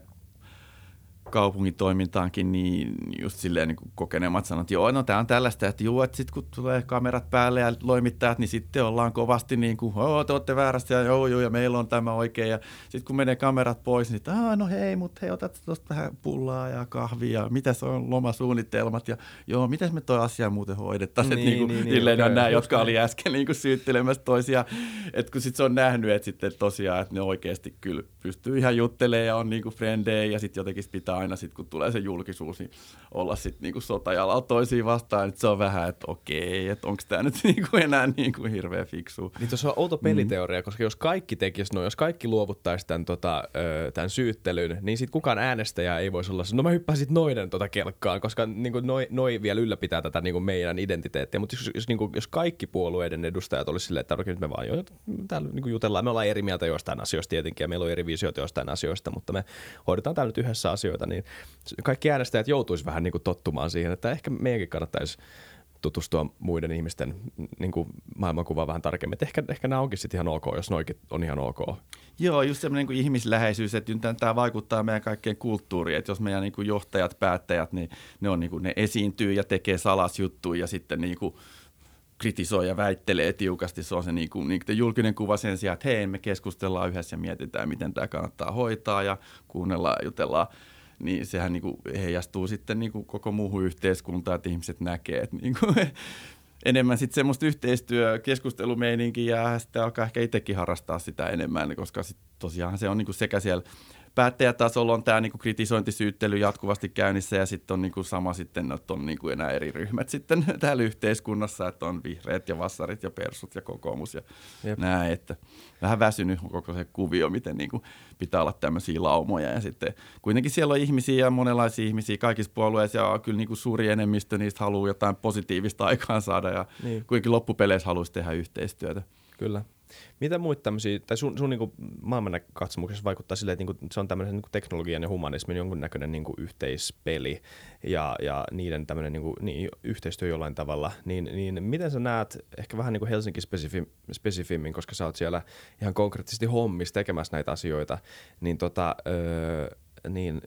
S1: kaupungin toimintaankin, niin just silleen niin kokeneemmat sanot, että joo, no tää on tällaista, että juu, että sitten kun tulee kamerat päälle ja loimittajat, niin sitten ollaan kovasti niin kuin, oo, te ootte väärästä ja joo, joo, ja meillä on tämä oikein. Ja sitten kun menee kamerat pois, niin aah, no hei, mutta hei, otat tuosta vähän pullaa ja kahvia, ja mitä se on lomasuunnitelmat, ja joo, miten me toi asia muuten hoidettaisiin.
S2: Niin,
S1: että niin, niin, niin, on nämä, jotka oli äsken niin kuin syyttelemässä toisia, että kun sitten se on nähnyt, että sitten tosiaan, että ne oikeasti kyllä pystyy ihan juttelemaan ja on niin kuin frendejä, ja sitten jotenkin pitää aina sitten, kun tulee se julkisuus, niin olla sitten niinku sotajalalla toisiin vastaan, että se on vähän, että okei, että onko tämä nyt niinku enää niinku hirveän fiksua.
S2: Niin tuossa on outo peliteoria, mm. koska jos kaikki tekisi noin, jos kaikki luovuttaisi tämän, tota, tämän syyttelyn, niin sitten kukaan äänestäjä ei voisi olla, no mä hyppään sitten noiden tota kelkkaan, koska niinku noi, noi vielä ylläpitää tätä niinku meidän identiteettiä, mutta jos, jos, niinku, jos kaikki puolueiden edustajat olisi silleen, että nyt me vaan jo, täällä niinku jutellaan, me ollaan eri mieltä joistain asioista tietenkin, ja meillä on eri visiot joistain asioista, mutta me hoidetaan täällä nyt yhdessä asioita, niin kaikki äänestäjät joutuisi vähän niin kuin tottumaan siihen, että ehkä meidänkin kannattaisi tutustua muiden ihmisten niin kuin maailmankuvaan vähän tarkemmin. Että ehkä, ehkä nämä onkin sitten ihan ok, jos noikin on ihan ok.
S1: Joo, just semmoinen niin ihmisläheisyys, että tämä vaikuttaa meidän kaikkeen kulttuuriin. Että jos meidän niin kuin johtajat, päättäjät, niin ne, on, niin kuin, ne esiintyy ja tekee salasjuttuja ja sitten niin kuin kritisoi ja väittelee tiukasti. Se on se niin kuin, niin kuin julkinen kuva sen sijaan, että hei, me keskustellaan yhdessä ja mietitään, miten tämä kannattaa hoitaa ja kuunnellaan ja jutellaan. Niin sehän niin kuin heijastuu sitten niin kuin koko muuhun yhteiskuntaan, että ihmiset näkee, että niin kuin enemmän sitten semmoista yhteistyö, keskustelumeininkiä ja sitten alkaa ehkä itsekin harrastaa sitä enemmän, koska sit tosiaan se on niin kuin sekä siellä päättäjätasolla on tämä niinku kritisointisyyttely jatkuvasti käynnissä ja sitten on niinku sama sitten, että on niinku enää eri ryhmät sitten täällä yhteiskunnassa, että on vihreät ja vassarit ja persut ja kokoomus ja Jep. näin, että vähän väsynyt koko se kuvio, miten niinku pitää olla tämmöisiä laumoja ja sitten kuitenkin siellä on ihmisiä ja monenlaisia ihmisiä kaikissa puolueissa ja kyllä niinku suuri enemmistö niistä haluaa jotain positiivista aikaan saada ja niin. kuitenkin loppupeleissä haluaisi tehdä yhteistyötä.
S2: Kyllä. Mitä muita tämmöisiä, tai sun, sun niin maailmankatsomuksessa vaikuttaa silleen, että niin se on tämmöisen niin teknologian ja humanismin jonkunnäköinen niin yhteispeli ja, ja niiden tämmöinen niin kuin, niin, yhteistyö jollain tavalla, niin, niin miten sä näet ehkä vähän niin kuin Helsinki-spesifimmin, koska sä oot siellä ihan konkreettisesti hommissa tekemässä näitä asioita, niin, tota, öö, niin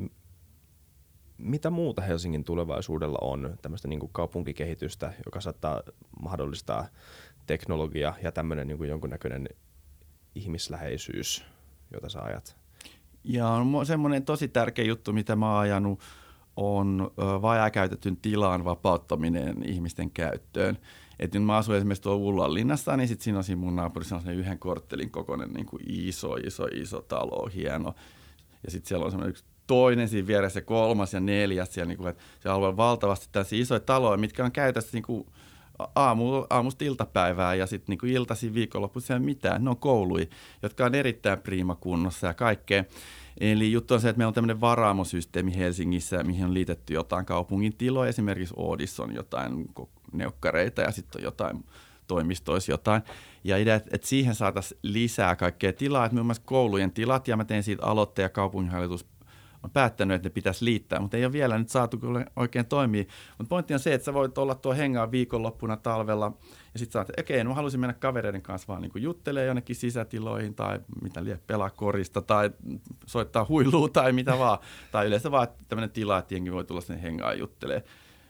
S2: mitä muuta Helsingin tulevaisuudella on tämmöistä niin kuin kaupunkikehitystä, joka saattaa mahdollistaa teknologia ja tämmöinen niin kuin jonkunnäköinen ihmisläheisyys, jota sä ajat?
S1: Ja semmoinen tosi tärkeä juttu, mitä mä oon ajanut, on vajaakäytetyn tilan vapauttaminen ihmisten käyttöön. Että nyt mä asun esimerkiksi tuolla Ullanlinnassa, niin sitten siinä on siinä mun naapurissa on yhden korttelin kokoinen niin kuin iso, iso, iso talo, hieno. Ja sitten siellä on semmoinen yksi toinen siinä vieressä, kolmas ja neljäs. Siellä, niin kuin, että siellä on valtavasti tällaisia isoja taloja, mitkä on käytössä niin kuin Aamu, aamusta iltapäivää ja sitten niinku iltaisin viikonloppuisin mitään. Ne on kouluja, jotka on erittäin priimakunnossa ja kaikkea. Eli juttu on se, että meillä on tämmöinen varaamosysteemi Helsingissä, mihin on liitetty jotain kaupungin tiloja. Esimerkiksi Oodissa on jotain neukkareita ja sitten on jotain toimistoissa jotain. Ja idea, että siihen saataisiin lisää kaikkea tilaa. Että muun muassa koulujen tilat ja mä tein siitä aloitteen ja kaupunginhallitus on päättänyt, että ne pitäisi liittää, mutta ei ole vielä nyt saatu kyllä oikein toimia. Mutta pointti on se, että sä voit olla tuo hengaa viikonloppuna talvella ja sitten sä oot, että okei, okay, no mä haluaisin mennä kavereiden kanssa vaan niin juttelemaan jonnekin sisätiloihin tai mitä liian pelaa korista tai soittaa huilua tai mitä vaan. Tai yleensä vaan tämmöinen tila, että jengi voi tulla sinne hengaan juttelemaan.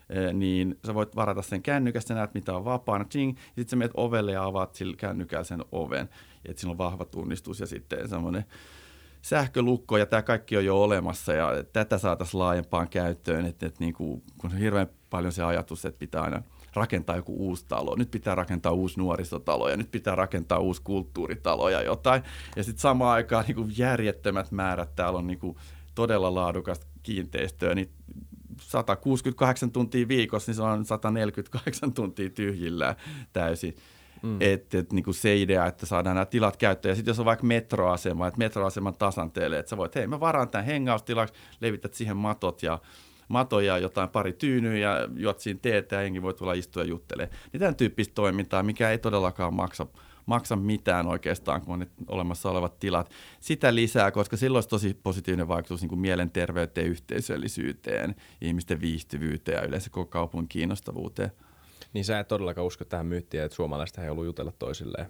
S1: niin sä voit varata sen kännykästä, näet mitä on vapaana, ching, ja sitten sä menet ovelle ja avaat sillä kännykällä sen oven, että sillä on vahva tunnistus ja sitten semmoinen sähkölukko, ja tämä kaikki on jo olemassa, ja tätä saataisiin laajempaan käyttöön, että, että niin kuin, kun on hirveän paljon se ajatus, että pitää aina rakentaa joku uusi talo, nyt pitää rakentaa uusi nuorisotalo, ja nyt pitää rakentaa uusi kulttuuritalo ja jotain, ja sitten samaan aikaan niin kuin järjettömät määrät, täällä on niin kuin todella laadukasta kiinteistöä, niin sata kuusikymmentäkahdeksan tuntia viikossa, niin se on sata neljäkymmentäkahdeksan tuntia tyhjillään täysin. Mm. Että et, niinku se idea, että saadaan nämä tilat käyttöön. Ja sitten jos on vaikka metroasema, että metroaseman tasanteelle, että sä voit, hei mä varaan tämän hengaustilaksi, levität siihen matot ja matoja, jotain pari tyynyä ja juot siinä teetä ja jengi voi tulla istua ja juttelemaan. Niin tämän tyyppistä toimintaa, mikä ei todellakaan maksa, maksa mitään oikeastaan, kun on ne olemassa olevat tilat. Sitä lisää, koska silloin olisi tosi positiivinen vaikutus niin kuin mielenterveyteen, yhteisöllisyyteen, ihmisten viihtyvyyteen ja yleensä koko kaupungin kiinnostavuuteen.
S4: Niin sä et todellakaan usko tähän myyttiin, että suomalaiset ei ollut jutella toisilleen.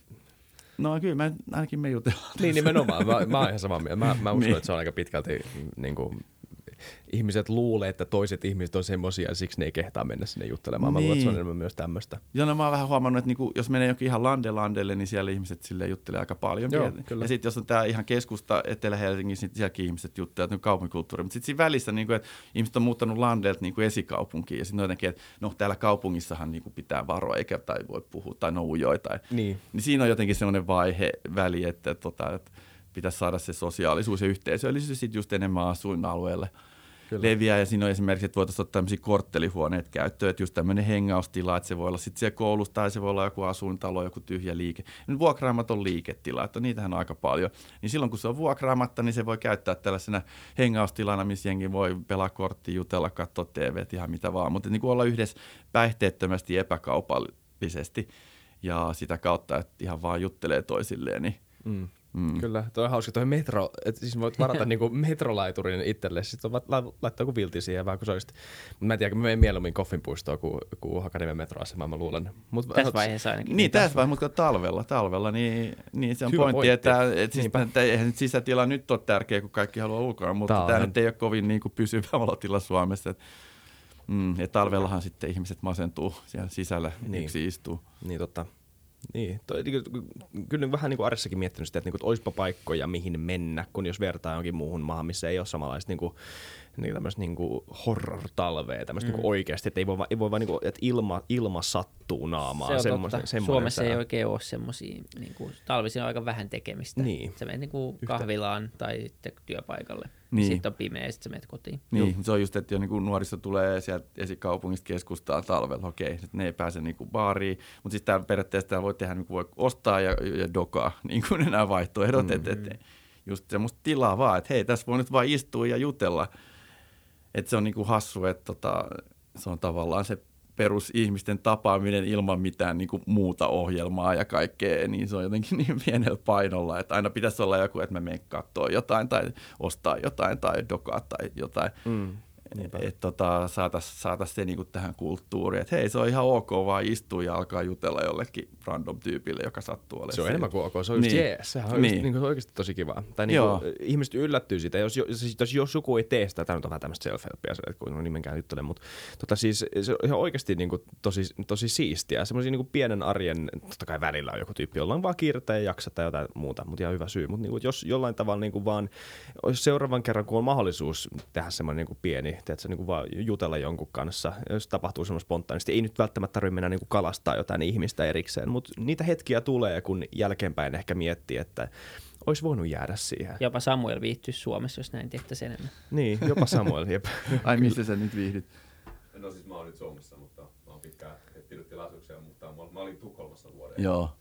S1: No kyllä, mä, ainakin me jutellaan.
S4: Niin nimenomaan, mä, mä oon ihan samaa mieltä. Mä, mä uskon, niin. Että se on aika pitkälti, niin kuin, ihmiset luulee, että toiset ihmiset on semmosia ja siksi ne ei kehtaa mennä sinne juttelemaan. Niin. Mä luulen, että se on enemmän myös tämmöistä.
S1: Joo, no mä oon vähän huomannut, että niinku, jos menee jokin ihan lande-landelle, niin siellä ihmiset silleen juttelee aika paljon.
S4: Joo,
S1: ja sitten jos on tää ihan keskusta Etelä-Helsingissä, niin sielläkin ihmiset juttelevat niin kaupunkikulttuuria. Mutta sitten siinä välissä, niinku, että ihmiset on muuttanut landelta niinku esikaupunkiin ja sitten jotenkin, että no täällä kaupungissahan niinku pitää varoa eikä tai voi puhua tai no ujoi. Tai,
S4: niin.
S1: niin siinä on jotenkin sellainen vaihe väli, että, tota, että pitäisi saada se sosiaalisuus ja yhteisöllisyys sitten just enemmän asuinalueelle. Kyllä. Leviää, ja siinä on esimerkiksi, että voitaisiin ottaa tämmöisiä korttelihuoneet käyttöön, että just tämmöinen hengaustila, että se voi olla sitten siellä koulussa tai se voi olla joku asuintalo, joku tyhjä liike. Nyt vuokraamaton liiketila, että niitähän on aika paljon. Niin silloin kun se on vuokraamatta, niin se voi käyttää tällaisena hengaustilana, missä jengi voi pelaa korttia, jutella, katsoa T V:t, ihan mitä vaan. Mutta niin kuin olla yhdessä päihteettömästi epäkaupallisesti ja sitä kautta, että ihan vaan juttelee toisilleen, niin
S4: mm. Mm. Kyllä, toi on hauska, toi metro, että siis voit varata niinku metrolaiturin itsellesi, sitten la- la- laittaa joku vilti siihen vähän, kun se olisi, mutta mä en tiedä, mä menen mieluummin Koffinpuistoon kuin, kuin Hakaniemen metroasemaan, mä luulen. Mut,
S3: tässä vaiheessa ainakin.
S1: Niin, tässä vaiheessa, mutta talvella, talvella, niin, niin se on pointti, pointti, että, että, siis, että eihän nyt sisätila nyt ole tärkeä, kun kaikki haluaa ulkona, mutta tämä, tämä nyt ei ole kovin niin kuin pysyvä olotila Suomessa. Että, mm, ja talvellahan sitten ihmiset masentuu siellä sisällä, niin. Yksi istuu.
S4: Niin, totta. Niin, toi, kyllä vähän niin kuin arjessakin miettinyt sitä, että, niin kuin, että olisipa paikkoja, mihin mennä, kun jos vertaa jonkin muuhun maahan, missä ei ole samanlaista niin kuin, niin tämmöistä niin kuin horror-talvea, tämmöistä mm. niin kuin oikeasti, että ei voi, ei voi vaan, niin kuin, että ilma, ilma sattuu naamaan.
S3: Se on totta. Suomessa ei oikein ole semmoisia, niin kuin, talvisin on aika vähän tekemistä. Niin. Sä menet niin kuin kahvilaan tai sitten työpaikalle. Niin. Sitten on pimeä ja sitten sä menet kotiin.
S1: Niin, Juh. Se on just, että jo niin nuoriso tulee sieltä esikaupungista keskustaan talvella, okei, että ne ei pääse niin kuin baariin, mutta siis tämä periaatteessa tämä voi tehdä, niin kuin voi ostaa ja, ja dokaa, niin kuin nämä vaihtoehdot, mm. että et, just semmoista tilaa vaan, että hei, tässä voi nyt vaan istua ja jutella, että se on niin kuin hassu, että tota, se on tavallaan se perusihmisten tapaaminen ilman mitään niin kuin muuta ohjelmaa ja kaikkea, niin se on jotenkin niin pienellä painolla, että aina pitäisi olla joku, että mä menen katsoa jotain tai ostaa jotain tai dokaa tai jotain. Mm. Että tota, saataisiin saatais se niinku tähän kulttuuriin, että hei, se on ihan ok vaan istua ja alkaa jutella jollekin random tyypille, joka sattuu olemaan.
S4: Se on enemmän kuin ok, se on just niin. Jees, sehän on niin. just, niinku, oikeasti tosi kivaa. Tai niinku, ihmiset yllättyy siitä, jos, jos, jos joku ei tee sitä, tämä nyt on vähän tämmöistä self-helpia, kun on nimenkään juttele, mutta tota, siis, se on ihan oikeasti niinku, tosi, tosi siistiä. Semmoisia niinku, pienen arjen, totta kai välillä on joku tyyppi, jolla on vaan kiirettä ja jaksa tai jotain muuta, mutta ihan hyvä syy. Mutta niinku, jos jollain tavalla niinku, vaan, olisi seuraavan kerran, kun on mahdollisuus tehdä semmoinen niinku, pieni, teetkö, niinku, vaan jutella jonkun kanssa, jos tapahtuu semmoista spontaanisti. Ei nyt välttämättä tarvitse mennä niinku kalastaa jotain ihmistä erikseen, mutta niitä hetkiä tulee, kun jälkeenpäin ehkä miettii, että olisi voinut jäädä siihen.
S3: Jopa Samuel viihtyisi Suomessa, jos näin tehtäisiin enemmän.
S4: Niin, jopa Samuel. Jep.
S1: Ai missä sä nyt viihdyt?
S5: No siis mä oon nyt Suomessa, mutta mä oon pitkään etsinyt tilaisuuksia, mutta mä olin Tukholmassa vuoden.
S1: Joo.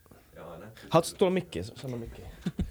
S4: Haluatko tulla mikkiin? Sano mikkiin.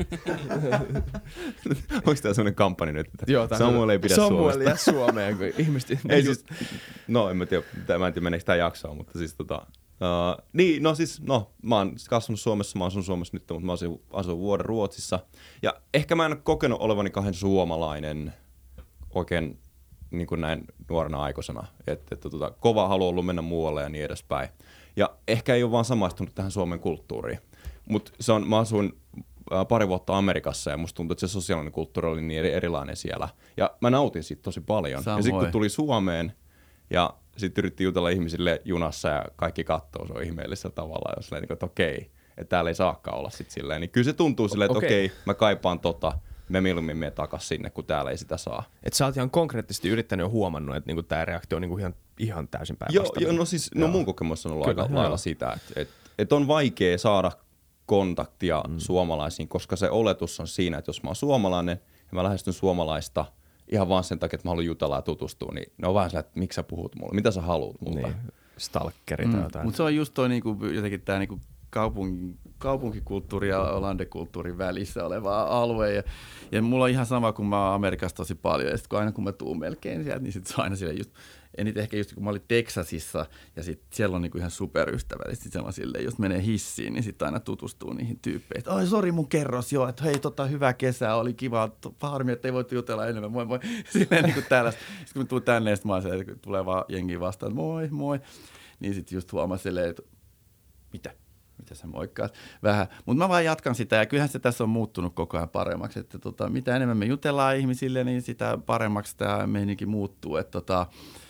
S5: Onko tää semmonen kampanja nyt, että
S4: Joo,
S5: Samuel ei pidä
S4: Samuel
S5: Suomesta?
S4: Samuel jää Suomeen, kun ihmiset...
S5: ei siis, no en mä tiedä, mä en tiedä meneekö tää jaksoa, mutta siis tota... Uh, niin, no siis, no, mä oon kasvanut Suomessa, mä asun Suomessa nyt, mutta mä asun, asun vuoden Ruotsissa. Ja ehkä mä en ole kokenut olevani kahden suomalainen oikein niin kuin näin nuorena aikuisena. Että et, tota, kova halu ollut mennä muualle ja niin edespäin. Ja ehkä ei ole vaan samaistunut tähän Suomen kulttuuriin. Mutta se on, mä asuin äh, pari vuotta Amerikassa ja musta tuntuu, että se sosiaalinen kulttuuri oli niin eri, erilainen siellä. Ja mä nautin siitä tosi paljon.
S1: Samoin.
S5: Ja sitten kun tuli Suomeen Ja sitten yritti jutella ihmisille junassa ja kaikki katsoo se on ihmeellisellä tavalla, jos niin kuin, että okei, että täällä ei saakaan olla sit silleen. Niin kyllä se tuntuu silleen, että
S2: Okei.
S5: okei, mä kaipaan tota, me mieluummin mene takas sinne, kun täällä ei sitä saa.
S2: Et sä oot ihan konkreettisesti yrittänyt jo huomannut, että niinku tää reaktio on niinku ihan, ihan täysin
S5: Joo,
S2: päinvastainen.
S5: jo, no siis no mun kokemus on ollut
S2: Kyllä,
S5: aika
S2: joo.
S5: lailla sitä, että et, et on vaikea saada kontaktia mm. suomalaisiin, koska se oletus on siinä, että jos mä oon suomalainen ja mä lähestyn suomalaista ihan vaan sen takia, että mä haluan jutella ja tutustua, niin ne on vähän sellainen, että miksi sä puhut mulle, mitä sä haluut multa.
S2: Niin, stalkeri tai
S1: Mm.
S2: jotain.
S1: Mutta se on just toi niinku, jotenkin tämä niinku kaupunki, kaupunkikulttuuri ja landekulttuurin välissä oleva alue. Ja, ja mulla on ihan sama, kun mä oon Amerikassa tosi paljon. Ja sitten kun aina kun mä tuun melkein sieltä, niin sitten se on aina silleen just, eniten ehkä just kun mä olin Teksasissa ja sitten siellä on niinku ihan superystävällisesti. Siellä on silleen, jos menee hissiin, niin sitten aina tutustuu niihin tyyppeihin. Oi, sori mun kerros joo, että hei, tota, hyvä kesä, oli kiva, harmi, että ei voi jutella enemmän, moi moi. Silleen niin kuin täällä. Sitten kun mä tuun tänne, ja sitten mä oon siellä, kun tulee vaan jengi vastaan, moi moi. Niin sitten just huomasin silleen, että mitä? Mitä sä moikkaat? Vähän. Mutta mä vaan jatkan sitä, ja kyllähän se tässä on muuttunut koko ajan paremmaksi. Että tota, mitä enemmän me jutellaan ihmisille, niin sitä paremmaksi tämä meininki muuttuu. Että tota,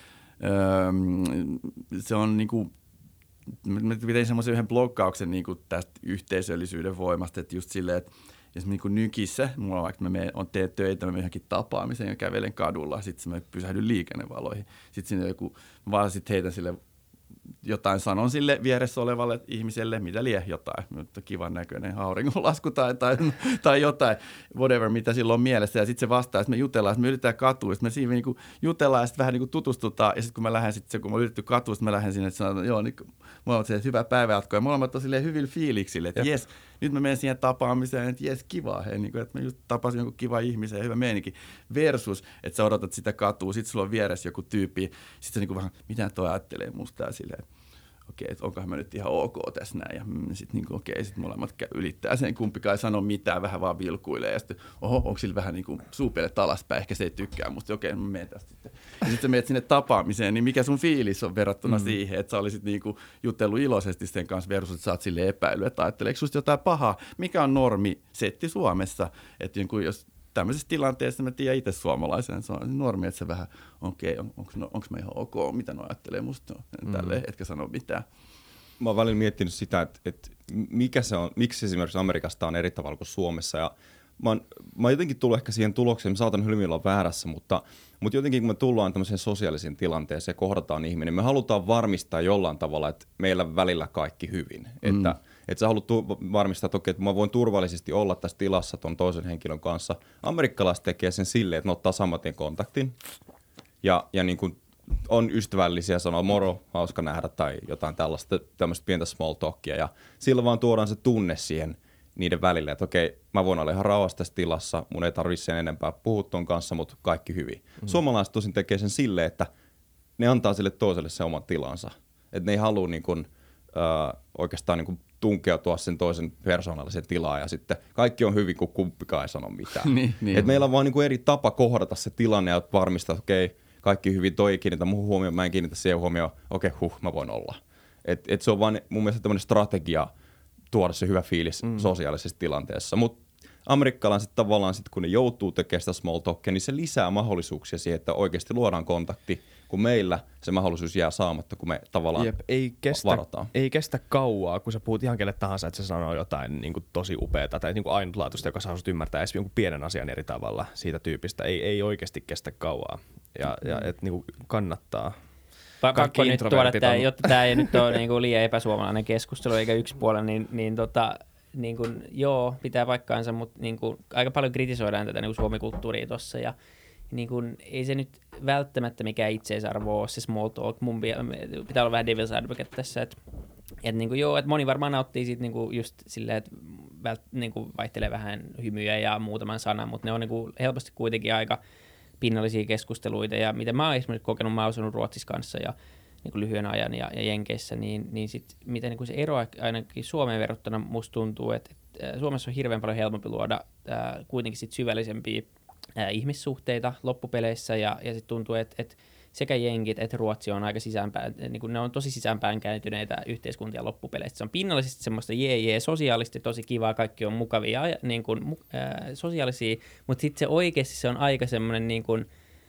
S1: öö, se on niinku, mä pidin semmoisen yhden bloggauksen niinku tästä yhteisöllisyyden voimasta, että just silleen, että jos niin kuin nykissä, mulla on vaikka mä menen, on teen töitä, mä menen johonkin tapaamiseen ja kävelen kadulla, sitten mä pysähdyn liikennevaloihin. Sitten siinä joku, mä vaan sitten heitän sille jotain, sanon sille vieressä olevalle ihmiselle, mitä lie jotain, mutta kivan näköinen auringonlasku tai, tai, tai jotain, whatever, mitä sillä on mielessä. Ja sitten se vastaa, että me jutellaan, että me yritetään katua, sitten me siinä niin kuin jutellaan ja sitten vähän niin kuin tutustutaan. Ja sitten kun mä lähden, sitten kun mä yritetty katua, sitten mä lähden sinne, että sanon, joo, niin mulla on se hyvä päivänjatko. Ja molemmat on silleen hyvillä fiiliksille, että jes, nyt mä menen siihen tapaamiseen, että jes, kiva, hei, niin kuin, että mä just tapasin jonkun kiva ihmisen ja hyvä meininki. Versus, että sä odotat sitä katua, sitten sulla on vieressä joku tyyppi, sitten sä niin kuin vähän, mitä toi ajattelee musta ja silleen. Okei, että onkohan mä nyt ihan ok tässä näin. Ja mm, sitten niin okei, sit molemmat ylittää sen, kumpikaan ei sano mitään, vähän vaan vilkuilee. Ja sitten, oho, onko sillä vähän niin kuin suupelet alaspäin, ehkä se ei tykkää musta. Okei, mä menen tästä sitten. Ja sitten sä menet sinne tapaamiseen, niin mikä sun fiilis on verrattuna mm. siihen, että sä olisit niin kuin jutellut iloisesti sen kanssa versus, että sä oot silleen epäily, että ajatteleeko susta jotain pahaa. Mikä on normi setti Suomessa, että jos tämmöisessä tilanteessa mä tiedän itse suomalaisen, se on normi, että se vähän, okei, okay, on, onko no, mä ihan ok, mitä ne ajattelee musta, tälleen, mm. etkä sano mitään.
S5: Mä oon välillä miettinyt sitä, että, että mikä se on, miksi esimerkiksi Amerikasta on eri tavalla kuin Suomessa, ja mä oon, mä oon jotenkin tullut ehkä siihen tulokseen, mä saatan hyvin olla väärässä, mutta, mutta jotenkin kun me tullaan tämmöiseen sosiaaliseen tilanteeseen, kohdataan ihminen, me halutaan varmistaa jollain tavalla, että meillä välillä kaikki hyvin, mm. että että sä haluat tu- varmistaa, että okei, että mä voin turvallisesti olla tässä tilassa ton toisen henkilön kanssa. Amerikkalaiset tekee sen silleen, että ne ottaa saman tien kontaktin ja, ja niin kuin on ystävällisiä, sanoo moro, hauska nähdä tai jotain tällaista, tämmöistä pientä small talkia ja silloin vaan tuodaan se tunne siihen niiden välille, että okei, mä voin olla ihan rauhassa tässä tilassa, mun ei tarvitse sen enempää puhua ton kanssa, mutta kaikki hyvin. Mm. Suomalaiset tosin tekee sen silleen, että ne antaa sille toiselle sen oman tilansa, että ne ei halua niin kuin, äh, oikeastaan niin kuin tunkeutua sen toisen persoonallisen tilaan ja sitten kaikki on hyvin, kun kumpikaan ei sano mitään.
S1: niin, niin.
S5: Et meillä on vaan niinku eri tapa kohdata se tilanne ja varmistaa, että okei, kaikki hyvin, toi ei kiinnitä muuhun huomioon, mä en kiinnitä siihen huomioon, okei, huh, mä voin olla. Et, et se on vaan mun mielestä tämmöinen strategia tuoda se hyvä fiilis mm. sosiaalisessa tilanteessa. Mutta amerikkalaiset tavallaan sitten, kun ne joutuu tekemään sitä small talkia, niin se lisää mahdollisuuksia siihen, että oikeasti luodaan kontakti, kun meillä se mahdollisuus jää saamatta, kun me tavallaan
S2: Jep, ei kestä,
S5: varataan.
S2: Ei kestä kauaa, kun sä puhut ihan kelle tahansa, että se sanoo jotain niin kuin tosi upeata tai niin kuin ainutlaatuista, joka saa sut ymmärtää edes jonkun pienen asian eri tavalla siitä tyypistä. Ei, ei oikeasti kestä kauaa ja, ja et, niin kuin kannattaa.
S3: Pakko nyt tuoda tämä, jotta tämä ei nyt ole niinku liian epäsuomalainen keskustelu eikä yksipuolinen, niin, niin tota, niin kun, joo, pitää paikkaansa, mutta niin kun, aika paljon kritisoidaan tätä niin suomikulttuuria tuossa ja niin kun, ei se nyt välttämättä mikään itseisarvo ole se small talk. Mun pitää olla vähän devil's advocate tässä, että et niin joo, että moni varmaan nauttii siitä niin just silleen, että vält, niin vaihtelee vähän hymyjä ja muutaman sanan, mutta ne on niin helposti kuitenkin aika pinnallisia keskusteluita ja mitä mä oon esimerkiksi kokenut, mä oon asunut Ruotsissa kanssa ja niin kuin lyhyen ajan ja, ja Jenkeissä, niin, niin sit, miten niin kuin se ero ainakin Suomeen verrattuna musta tuntuu, että, että Suomessa on hirveän paljon helpompi luoda ää, kuitenkin sit syvällisempiä ää, ihmissuhteita loppupeleissä ja, ja sitten tuntuu, että, että sekä Jenkit että Ruotsi on aika sisäänpäin, niin kuin ne on tosi sisäänpäin kääntyneitä yhteiskuntia loppupeleissä. Se on pinnallisesti semmoista jee jee, sosiaalisesti tosi kivaa, kaikki on mukavia niin kuin, ää, sosiaalisia, mutta sitten se oikeasti se on aika semmoinen niin kuin,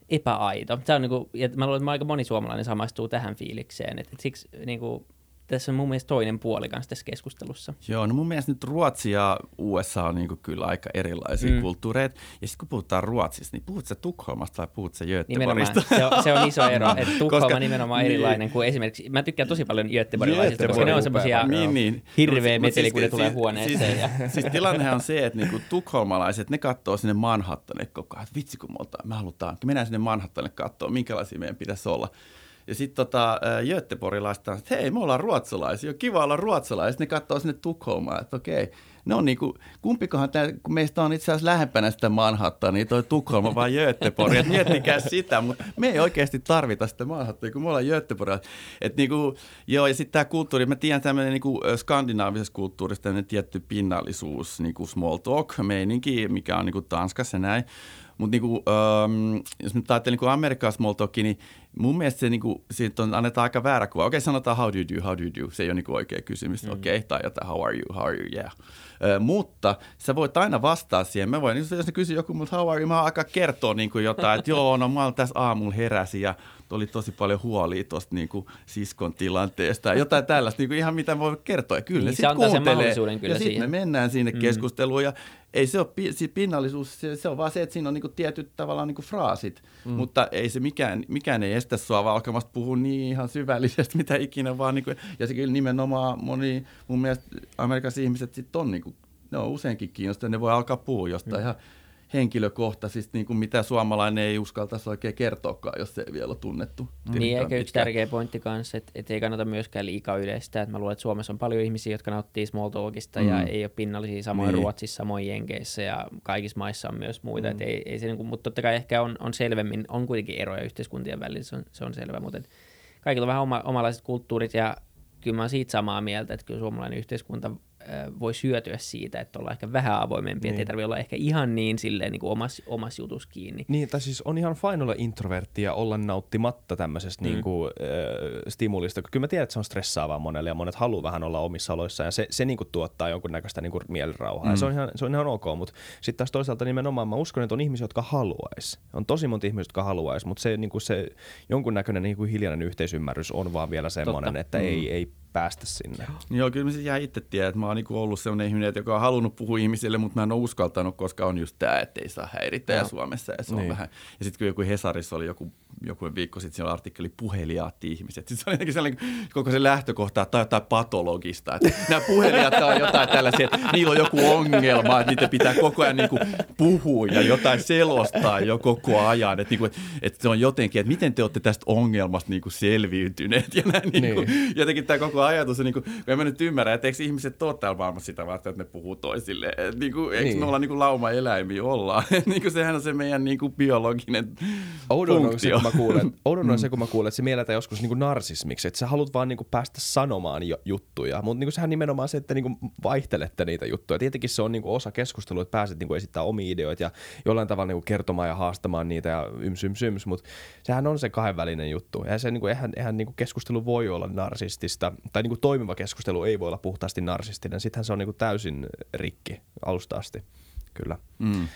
S3: epäaito. Se on niinku, ja mä luulen, että aika moni suomalainen samaistuu tähän fiilikseen, että et siksi niinku, tässä on mun mielestä toinen puoli kanssa tässä keskustelussa.
S1: Joo, no mun mielestä nyt Ruotsi ja U S A on niinku kyllä aika erilaisia mm. kulttuureita. Ja sitten kun puhutaan Ruotsista, niin puhut sä Tukholmasta vai puhut sä Göteborgista?
S3: Se on, se on iso ero, että Tukholma koska, nimenomaan niin, erilainen kuin esimerkiksi, mä tykkään tosi paljon göteborgilaisista, koska ne on semmoisia
S1: niin, niin.
S3: hirveä meteli, kun
S1: siis,
S3: ne tulee
S1: siis,
S3: huoneeseen.
S1: Siis, ja. siis tilannehan on se, että niinku tukholmalaiset, ne katsoo sinne Manhattanille koko ajan, että vitsi kun me, oltaan, me halutaan, mennään sinne Manhattanille katsoa, minkälaisia meidän pitäisi olla. Ja sitten tota, göteborgilaiset on, että hei, me ollaan ruotsalaisia, on kiva olla ruotsalaisia. Ne katsoo sinne Tukholmaan, että okei, ne on niinku, kumpikohan tämä, kun meistä on itse asiassa lähempänä sitä Manhattania, niin toi Tukholma vai Göteborg, että miettikää sitä, mutta me ei oikeasti tarvita sitä Manhattania, kun me ollaan Göteborg. Että niinku, joo, ja sitten tämä kulttuuri, mä tiedän tämmöinen niinku skandinaavisessa kulttuurissa tämmöinen tietty pinnallisuus, niinku small talk-meininki, mikä on niinku Tanskassa näin. Mutta niinku, um, jos nyt ajattelin niinku Amerikan small talkia, niin mun mielestä se niinku, siitä on, annetaan aika väärä kuva. Okei, okay, sanotaan how do you do, how do you do. Se ei ole niinku oikea kysymys. Mm. Okei, okay, tai jotain how are you, how are you, yeah. Uh, mutta sä voit aina vastaa siihen. Mä voin, jos ne kysyy joku, mutta how are you, mä oon aika kertoa niinku jotain, että joo, no mä tässä aamulla heräsin ja oli tosi paljon huolia tuosta niinku siskon tilanteesta ja jotain tällaista, niinku ihan mitä voi kertoa. Ja kyllä niin, ne sitten kuuntelee ja sitten me mennään sinne mm. keskusteluun ja ei se ole pinnallisuus, se, se on vaan se, että siinä on niinku tietyt tavallaan niinku fraasit, mm. mutta ei se mikään, mikään ei estä sua alkamasta puhua niin ihan syvällisesti, mitä ikinä vaan. Niinku, ja se kyllä nimenomaan moni, mun mielestä Amerikassa ihmiset sitten on, niinku, ne on useinkin kiinnostunut, ne voi alkaa puhua jostain mm. ihan henkilökohtaisesti, niin kuin mitä suomalainen ei uskaltaisi oikein kertoakaan, jos se ei vielä ole tunnettu.
S3: Niin, eikä yksi tärkeä pointti kanssa, että, että ei kannata myöskään liikaa yleistää. Että mä luulen, että Suomessa on paljon ihmisiä, jotka nauttii small talkista mm. ja ei ole pinnallisia, samoin niin. Ruotsissa, samoin Jenkeissä ja kaikissa maissa on myös muita. Mm. Että ei, ei se, niin kuin, mutta totta kai ehkä on, on selvemmin, on kuitenkin eroja yhteiskuntien välillä, se on, se on selvä, mutta kaikilla on vähän oma, omalaiset kulttuurit ja kyllä mä oon siitä samaa mieltä, että kyllä suomalainen yhteiskunta voi hyötyä siitä, että ollaan ehkä vähän avoimempia, niin. Että ei tarvitse olla ehkä ihan niin silleen niin kuin omassa, omassa jutussa kiinni.
S2: Niin, tai siis on ihan fine olla introvertti ja olla nauttimatta tämmöisestä mm. niin kuin, äh, stimulista. Kyllä mä tiedän, että se on stressaavaa monelle ja monet haluaa vähän olla omissa oloissaan ja se, se niin kuin tuottaa jonkunnäköistä niin kuin mielirauhaa. Mm. Ja se on ihan, se on ihan ok, mutta sitten taas toisaalta nimenomaan mä uskon, että on ihmisiä, jotka haluaisi. On tosi monta ihmisiä, jotka haluaisi, mutta se, niin kuin se jonkunnäköinen niin kuin hiljainen yhteisymmärrys on vaan vielä semmoinen, Totta. että mm. ei, ei päästä sinne.
S1: Joo, kyllä mä siis ihan itse tiedän, että mä oon niinku ollut sellainen ihminen, joka on halunnut puhua ihmisille, mutta mä en ole uskaltanut, koska on just tämä, että ei saa häirittää no. Suomessa. Ja se niin. on vähän. Ja sitten kun joku Hesarissa oli joku, joku viikko sitten, siellä oli artikkeli puheliaatti ihmiset. Sitten se oli jotenkin sellainen koko se lähtökohta, että tämä on jotain patologista. Että nämä puhelijat on jotain tällaisia, että niillä on joku ongelma, että niitä pitää koko ajan niinku puhua ja jotain selostaa jo koko ajan. Että, niinku, että se on jotenkin, että miten te olette tästä ongelmasta niinku selviytyneet. Ja näin, niinku, niin. Jotenkin tämä koko ajatus on, niin kuin, en mä nyt ymmärrä, että eikö ihmiset ole täällä maailmassa sitä varten, että ne puhuu toisille. Et, niin kuin, eikö niin. me olla niin kuin lauma-eläimiä ollaan? niin kuin, sehän on se meidän niin kuin biologinen
S2: Oudon
S1: funktio.
S2: On se, kun mä kuulen, Oudon on se, kun mä kuulen, että se mielletään joskus niin kuin narsismiksi, että sä haluat vaan niin kuin päästä sanomaan jo, juttuja, mutta niin kuin sehän nimenomaan se, että niin kuin vaihtelette niitä juttuja. Tietenkin se on niin kuin osa keskustelua, että pääset niin kuin esittämään omia ideoita ja jollain tavalla niin kuin kertomaan ja haastamaan niitä ja yms, yms, yms, mutta sehän on se kahdenvälinen juttu. Ja se, niin kuin, eihän, eihän niin kuin keskustelu voi olla narsistista, tai niin kuin toimiva keskustelu ei voi olla puhtaasti narsistinen. Sittenhän se on niin kuin täysin rikki alusta asti. Kyllä. Mm.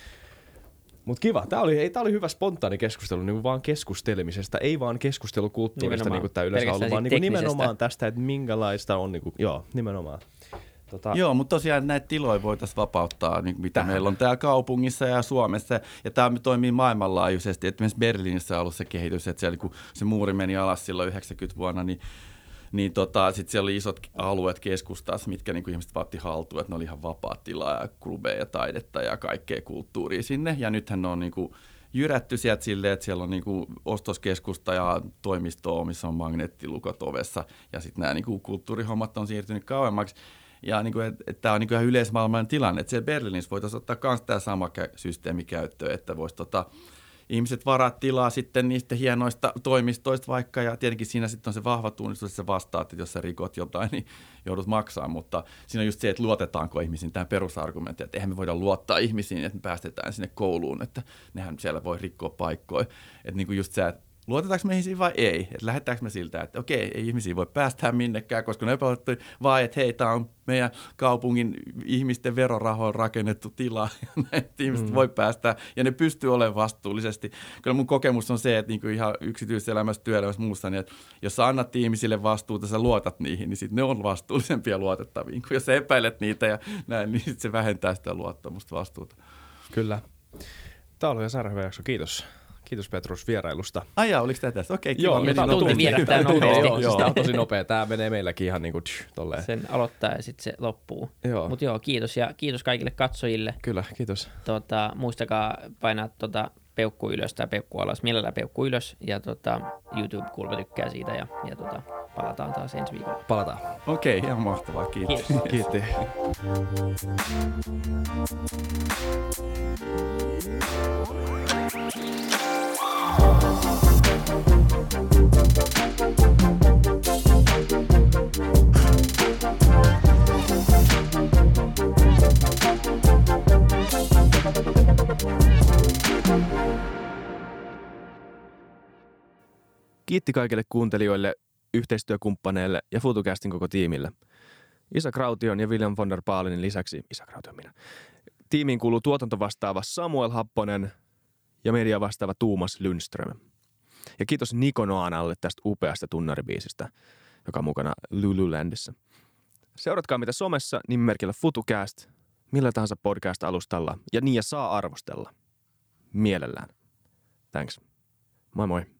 S2: Mutta kiva. Tämä oli, ei, tämä oli hyvä spontaani keskustelu niin kuin vaan keskustelemisesta, ei vaan keskustelukulttuurista, niin kuin tämä yleensä on ollut, vaan niin nimenomaan tästä, että minkälaista on, niin kuin, joo, nimenomaan.
S1: Tota... Joo, mutta tosiaan näitä tiloja voitaisiin vapauttaa, niin mitä Tähän. meillä on täällä kaupungissa ja Suomessa. Ja tämä toimii maailmanlaajuisesti. Että myös Berliinissä on ollut se kehitys, että siellä, kun se muuri meni alas silloin yhdeksänkymmentä vuonna, niin Niin tota, sitten siellä oli isot alueet keskustassa, mitkä niinku ihmiset vaatti haltuun, että ne oli ihan vapaat tilaa ja klubeja, taidetta ja kaikkea kulttuuria sinne. Ja nythän ne on niinku jyrätty sieltä silleen, että siellä on niinku ostoskeskusta ja toimistoa, missä on magneettilukot ovessa. Ja sitten nämä niinku kulttuurihommat on siirtynyt kauemmaksi. Ja niinku, että et tämä on niinku ihan yleismaailmainen tilanne. Että siellä Berliinissä voitaisiin ottaa myös tämä sama systeemi käyttöön, että voisi tota, ihmiset varat tilaa sitten niistä hienoista toimistoista vaikka, ja tietenkin siinä sitten on se vahva tunnistus, että sä vastaat, että jos sä rikot jotain, niin joudut maksaa, mutta siinä on just se, että luotetaanko ihmisiin, tämä perusargumentti, että eihän me voida luottaa ihmisiin, että me päästetään sinne kouluun, että nehän siellä voi rikkoa paikkoja, että niin kuin just se, että luotetaanko meihin siinä vai ei? Että lähdetäänkö me siltä, että okei, ei ihmisiä voi päästää minnekään, koska ne epäilytty, vai että hei, tämä on meidän kaupungin ihmisten verorahoin rakennettu tila, ja näin ihmiset mm. voi päästää, ja ne pystyy olemaan vastuullisesti. Kyllä mun kokemus on se, että niin kuin ihan yksityiselämässä, työelämässä, muussa, niin että jos sä annat ihmisille vastuuta, sä luotat niihin, niin sitten ne on vastuullisempia ja luotettavia. Kun jos sä epäilet niitä ja näin, niin sit se vähentää sitä luottamusta, vastuuta.
S4: Kyllä. Tämä oli ihan hyvä jakso. Kiitos. Kiitos Petrus vierailusta.
S1: Ai jaa, oliko tämä tässä? Okei, kiva.
S4: Joo,
S1: meni
S3: tunti
S1: nopeasti.
S3: vierähtää nopeasti.
S4: Joo, siis tämä on tosi nopea. Tämä menee meilläkin ihan niin kuin tsh, tolleen.
S3: Sen aloittaa ja sitten se loppuu.
S4: Joo.
S3: Mutta joo, kiitos ja kiitos kaikille katsojille.
S4: Kyllä, kiitos.
S3: Tota, muistakaa painaa tota peukku ylös tai peukku alas, mielellään peukku ylös. Ja tota, YouTube-kulma tykkää siitä ja, ja tota, palataan taas ensi viikolla.
S4: Palataan.
S1: Okei, ihan mahtavaa. Kiitos.
S3: Kiitos.
S4: Kiitti. Kiitti kaikille kuuntelijoille, yhteistyökumppaneille ja FutuCastin koko tiimille. Isa Kraution ja William von der Baalinin lisäksi, Isa Kraution minä, tiimiin kuuluu tuotantovastaava Samuel Happonen ja media vastaava Tuumas Lundström. Ja kiitos Niko Noanalle tästä upeasta tunnaribiisistä, joka on mukana Lululandissa. Seuratkaa mitä somessa nimimerkillä FutuCast, millä tahansa podcast-alustalla ja niin ja saa arvostella. Mielellään. Thanks. Moi moi.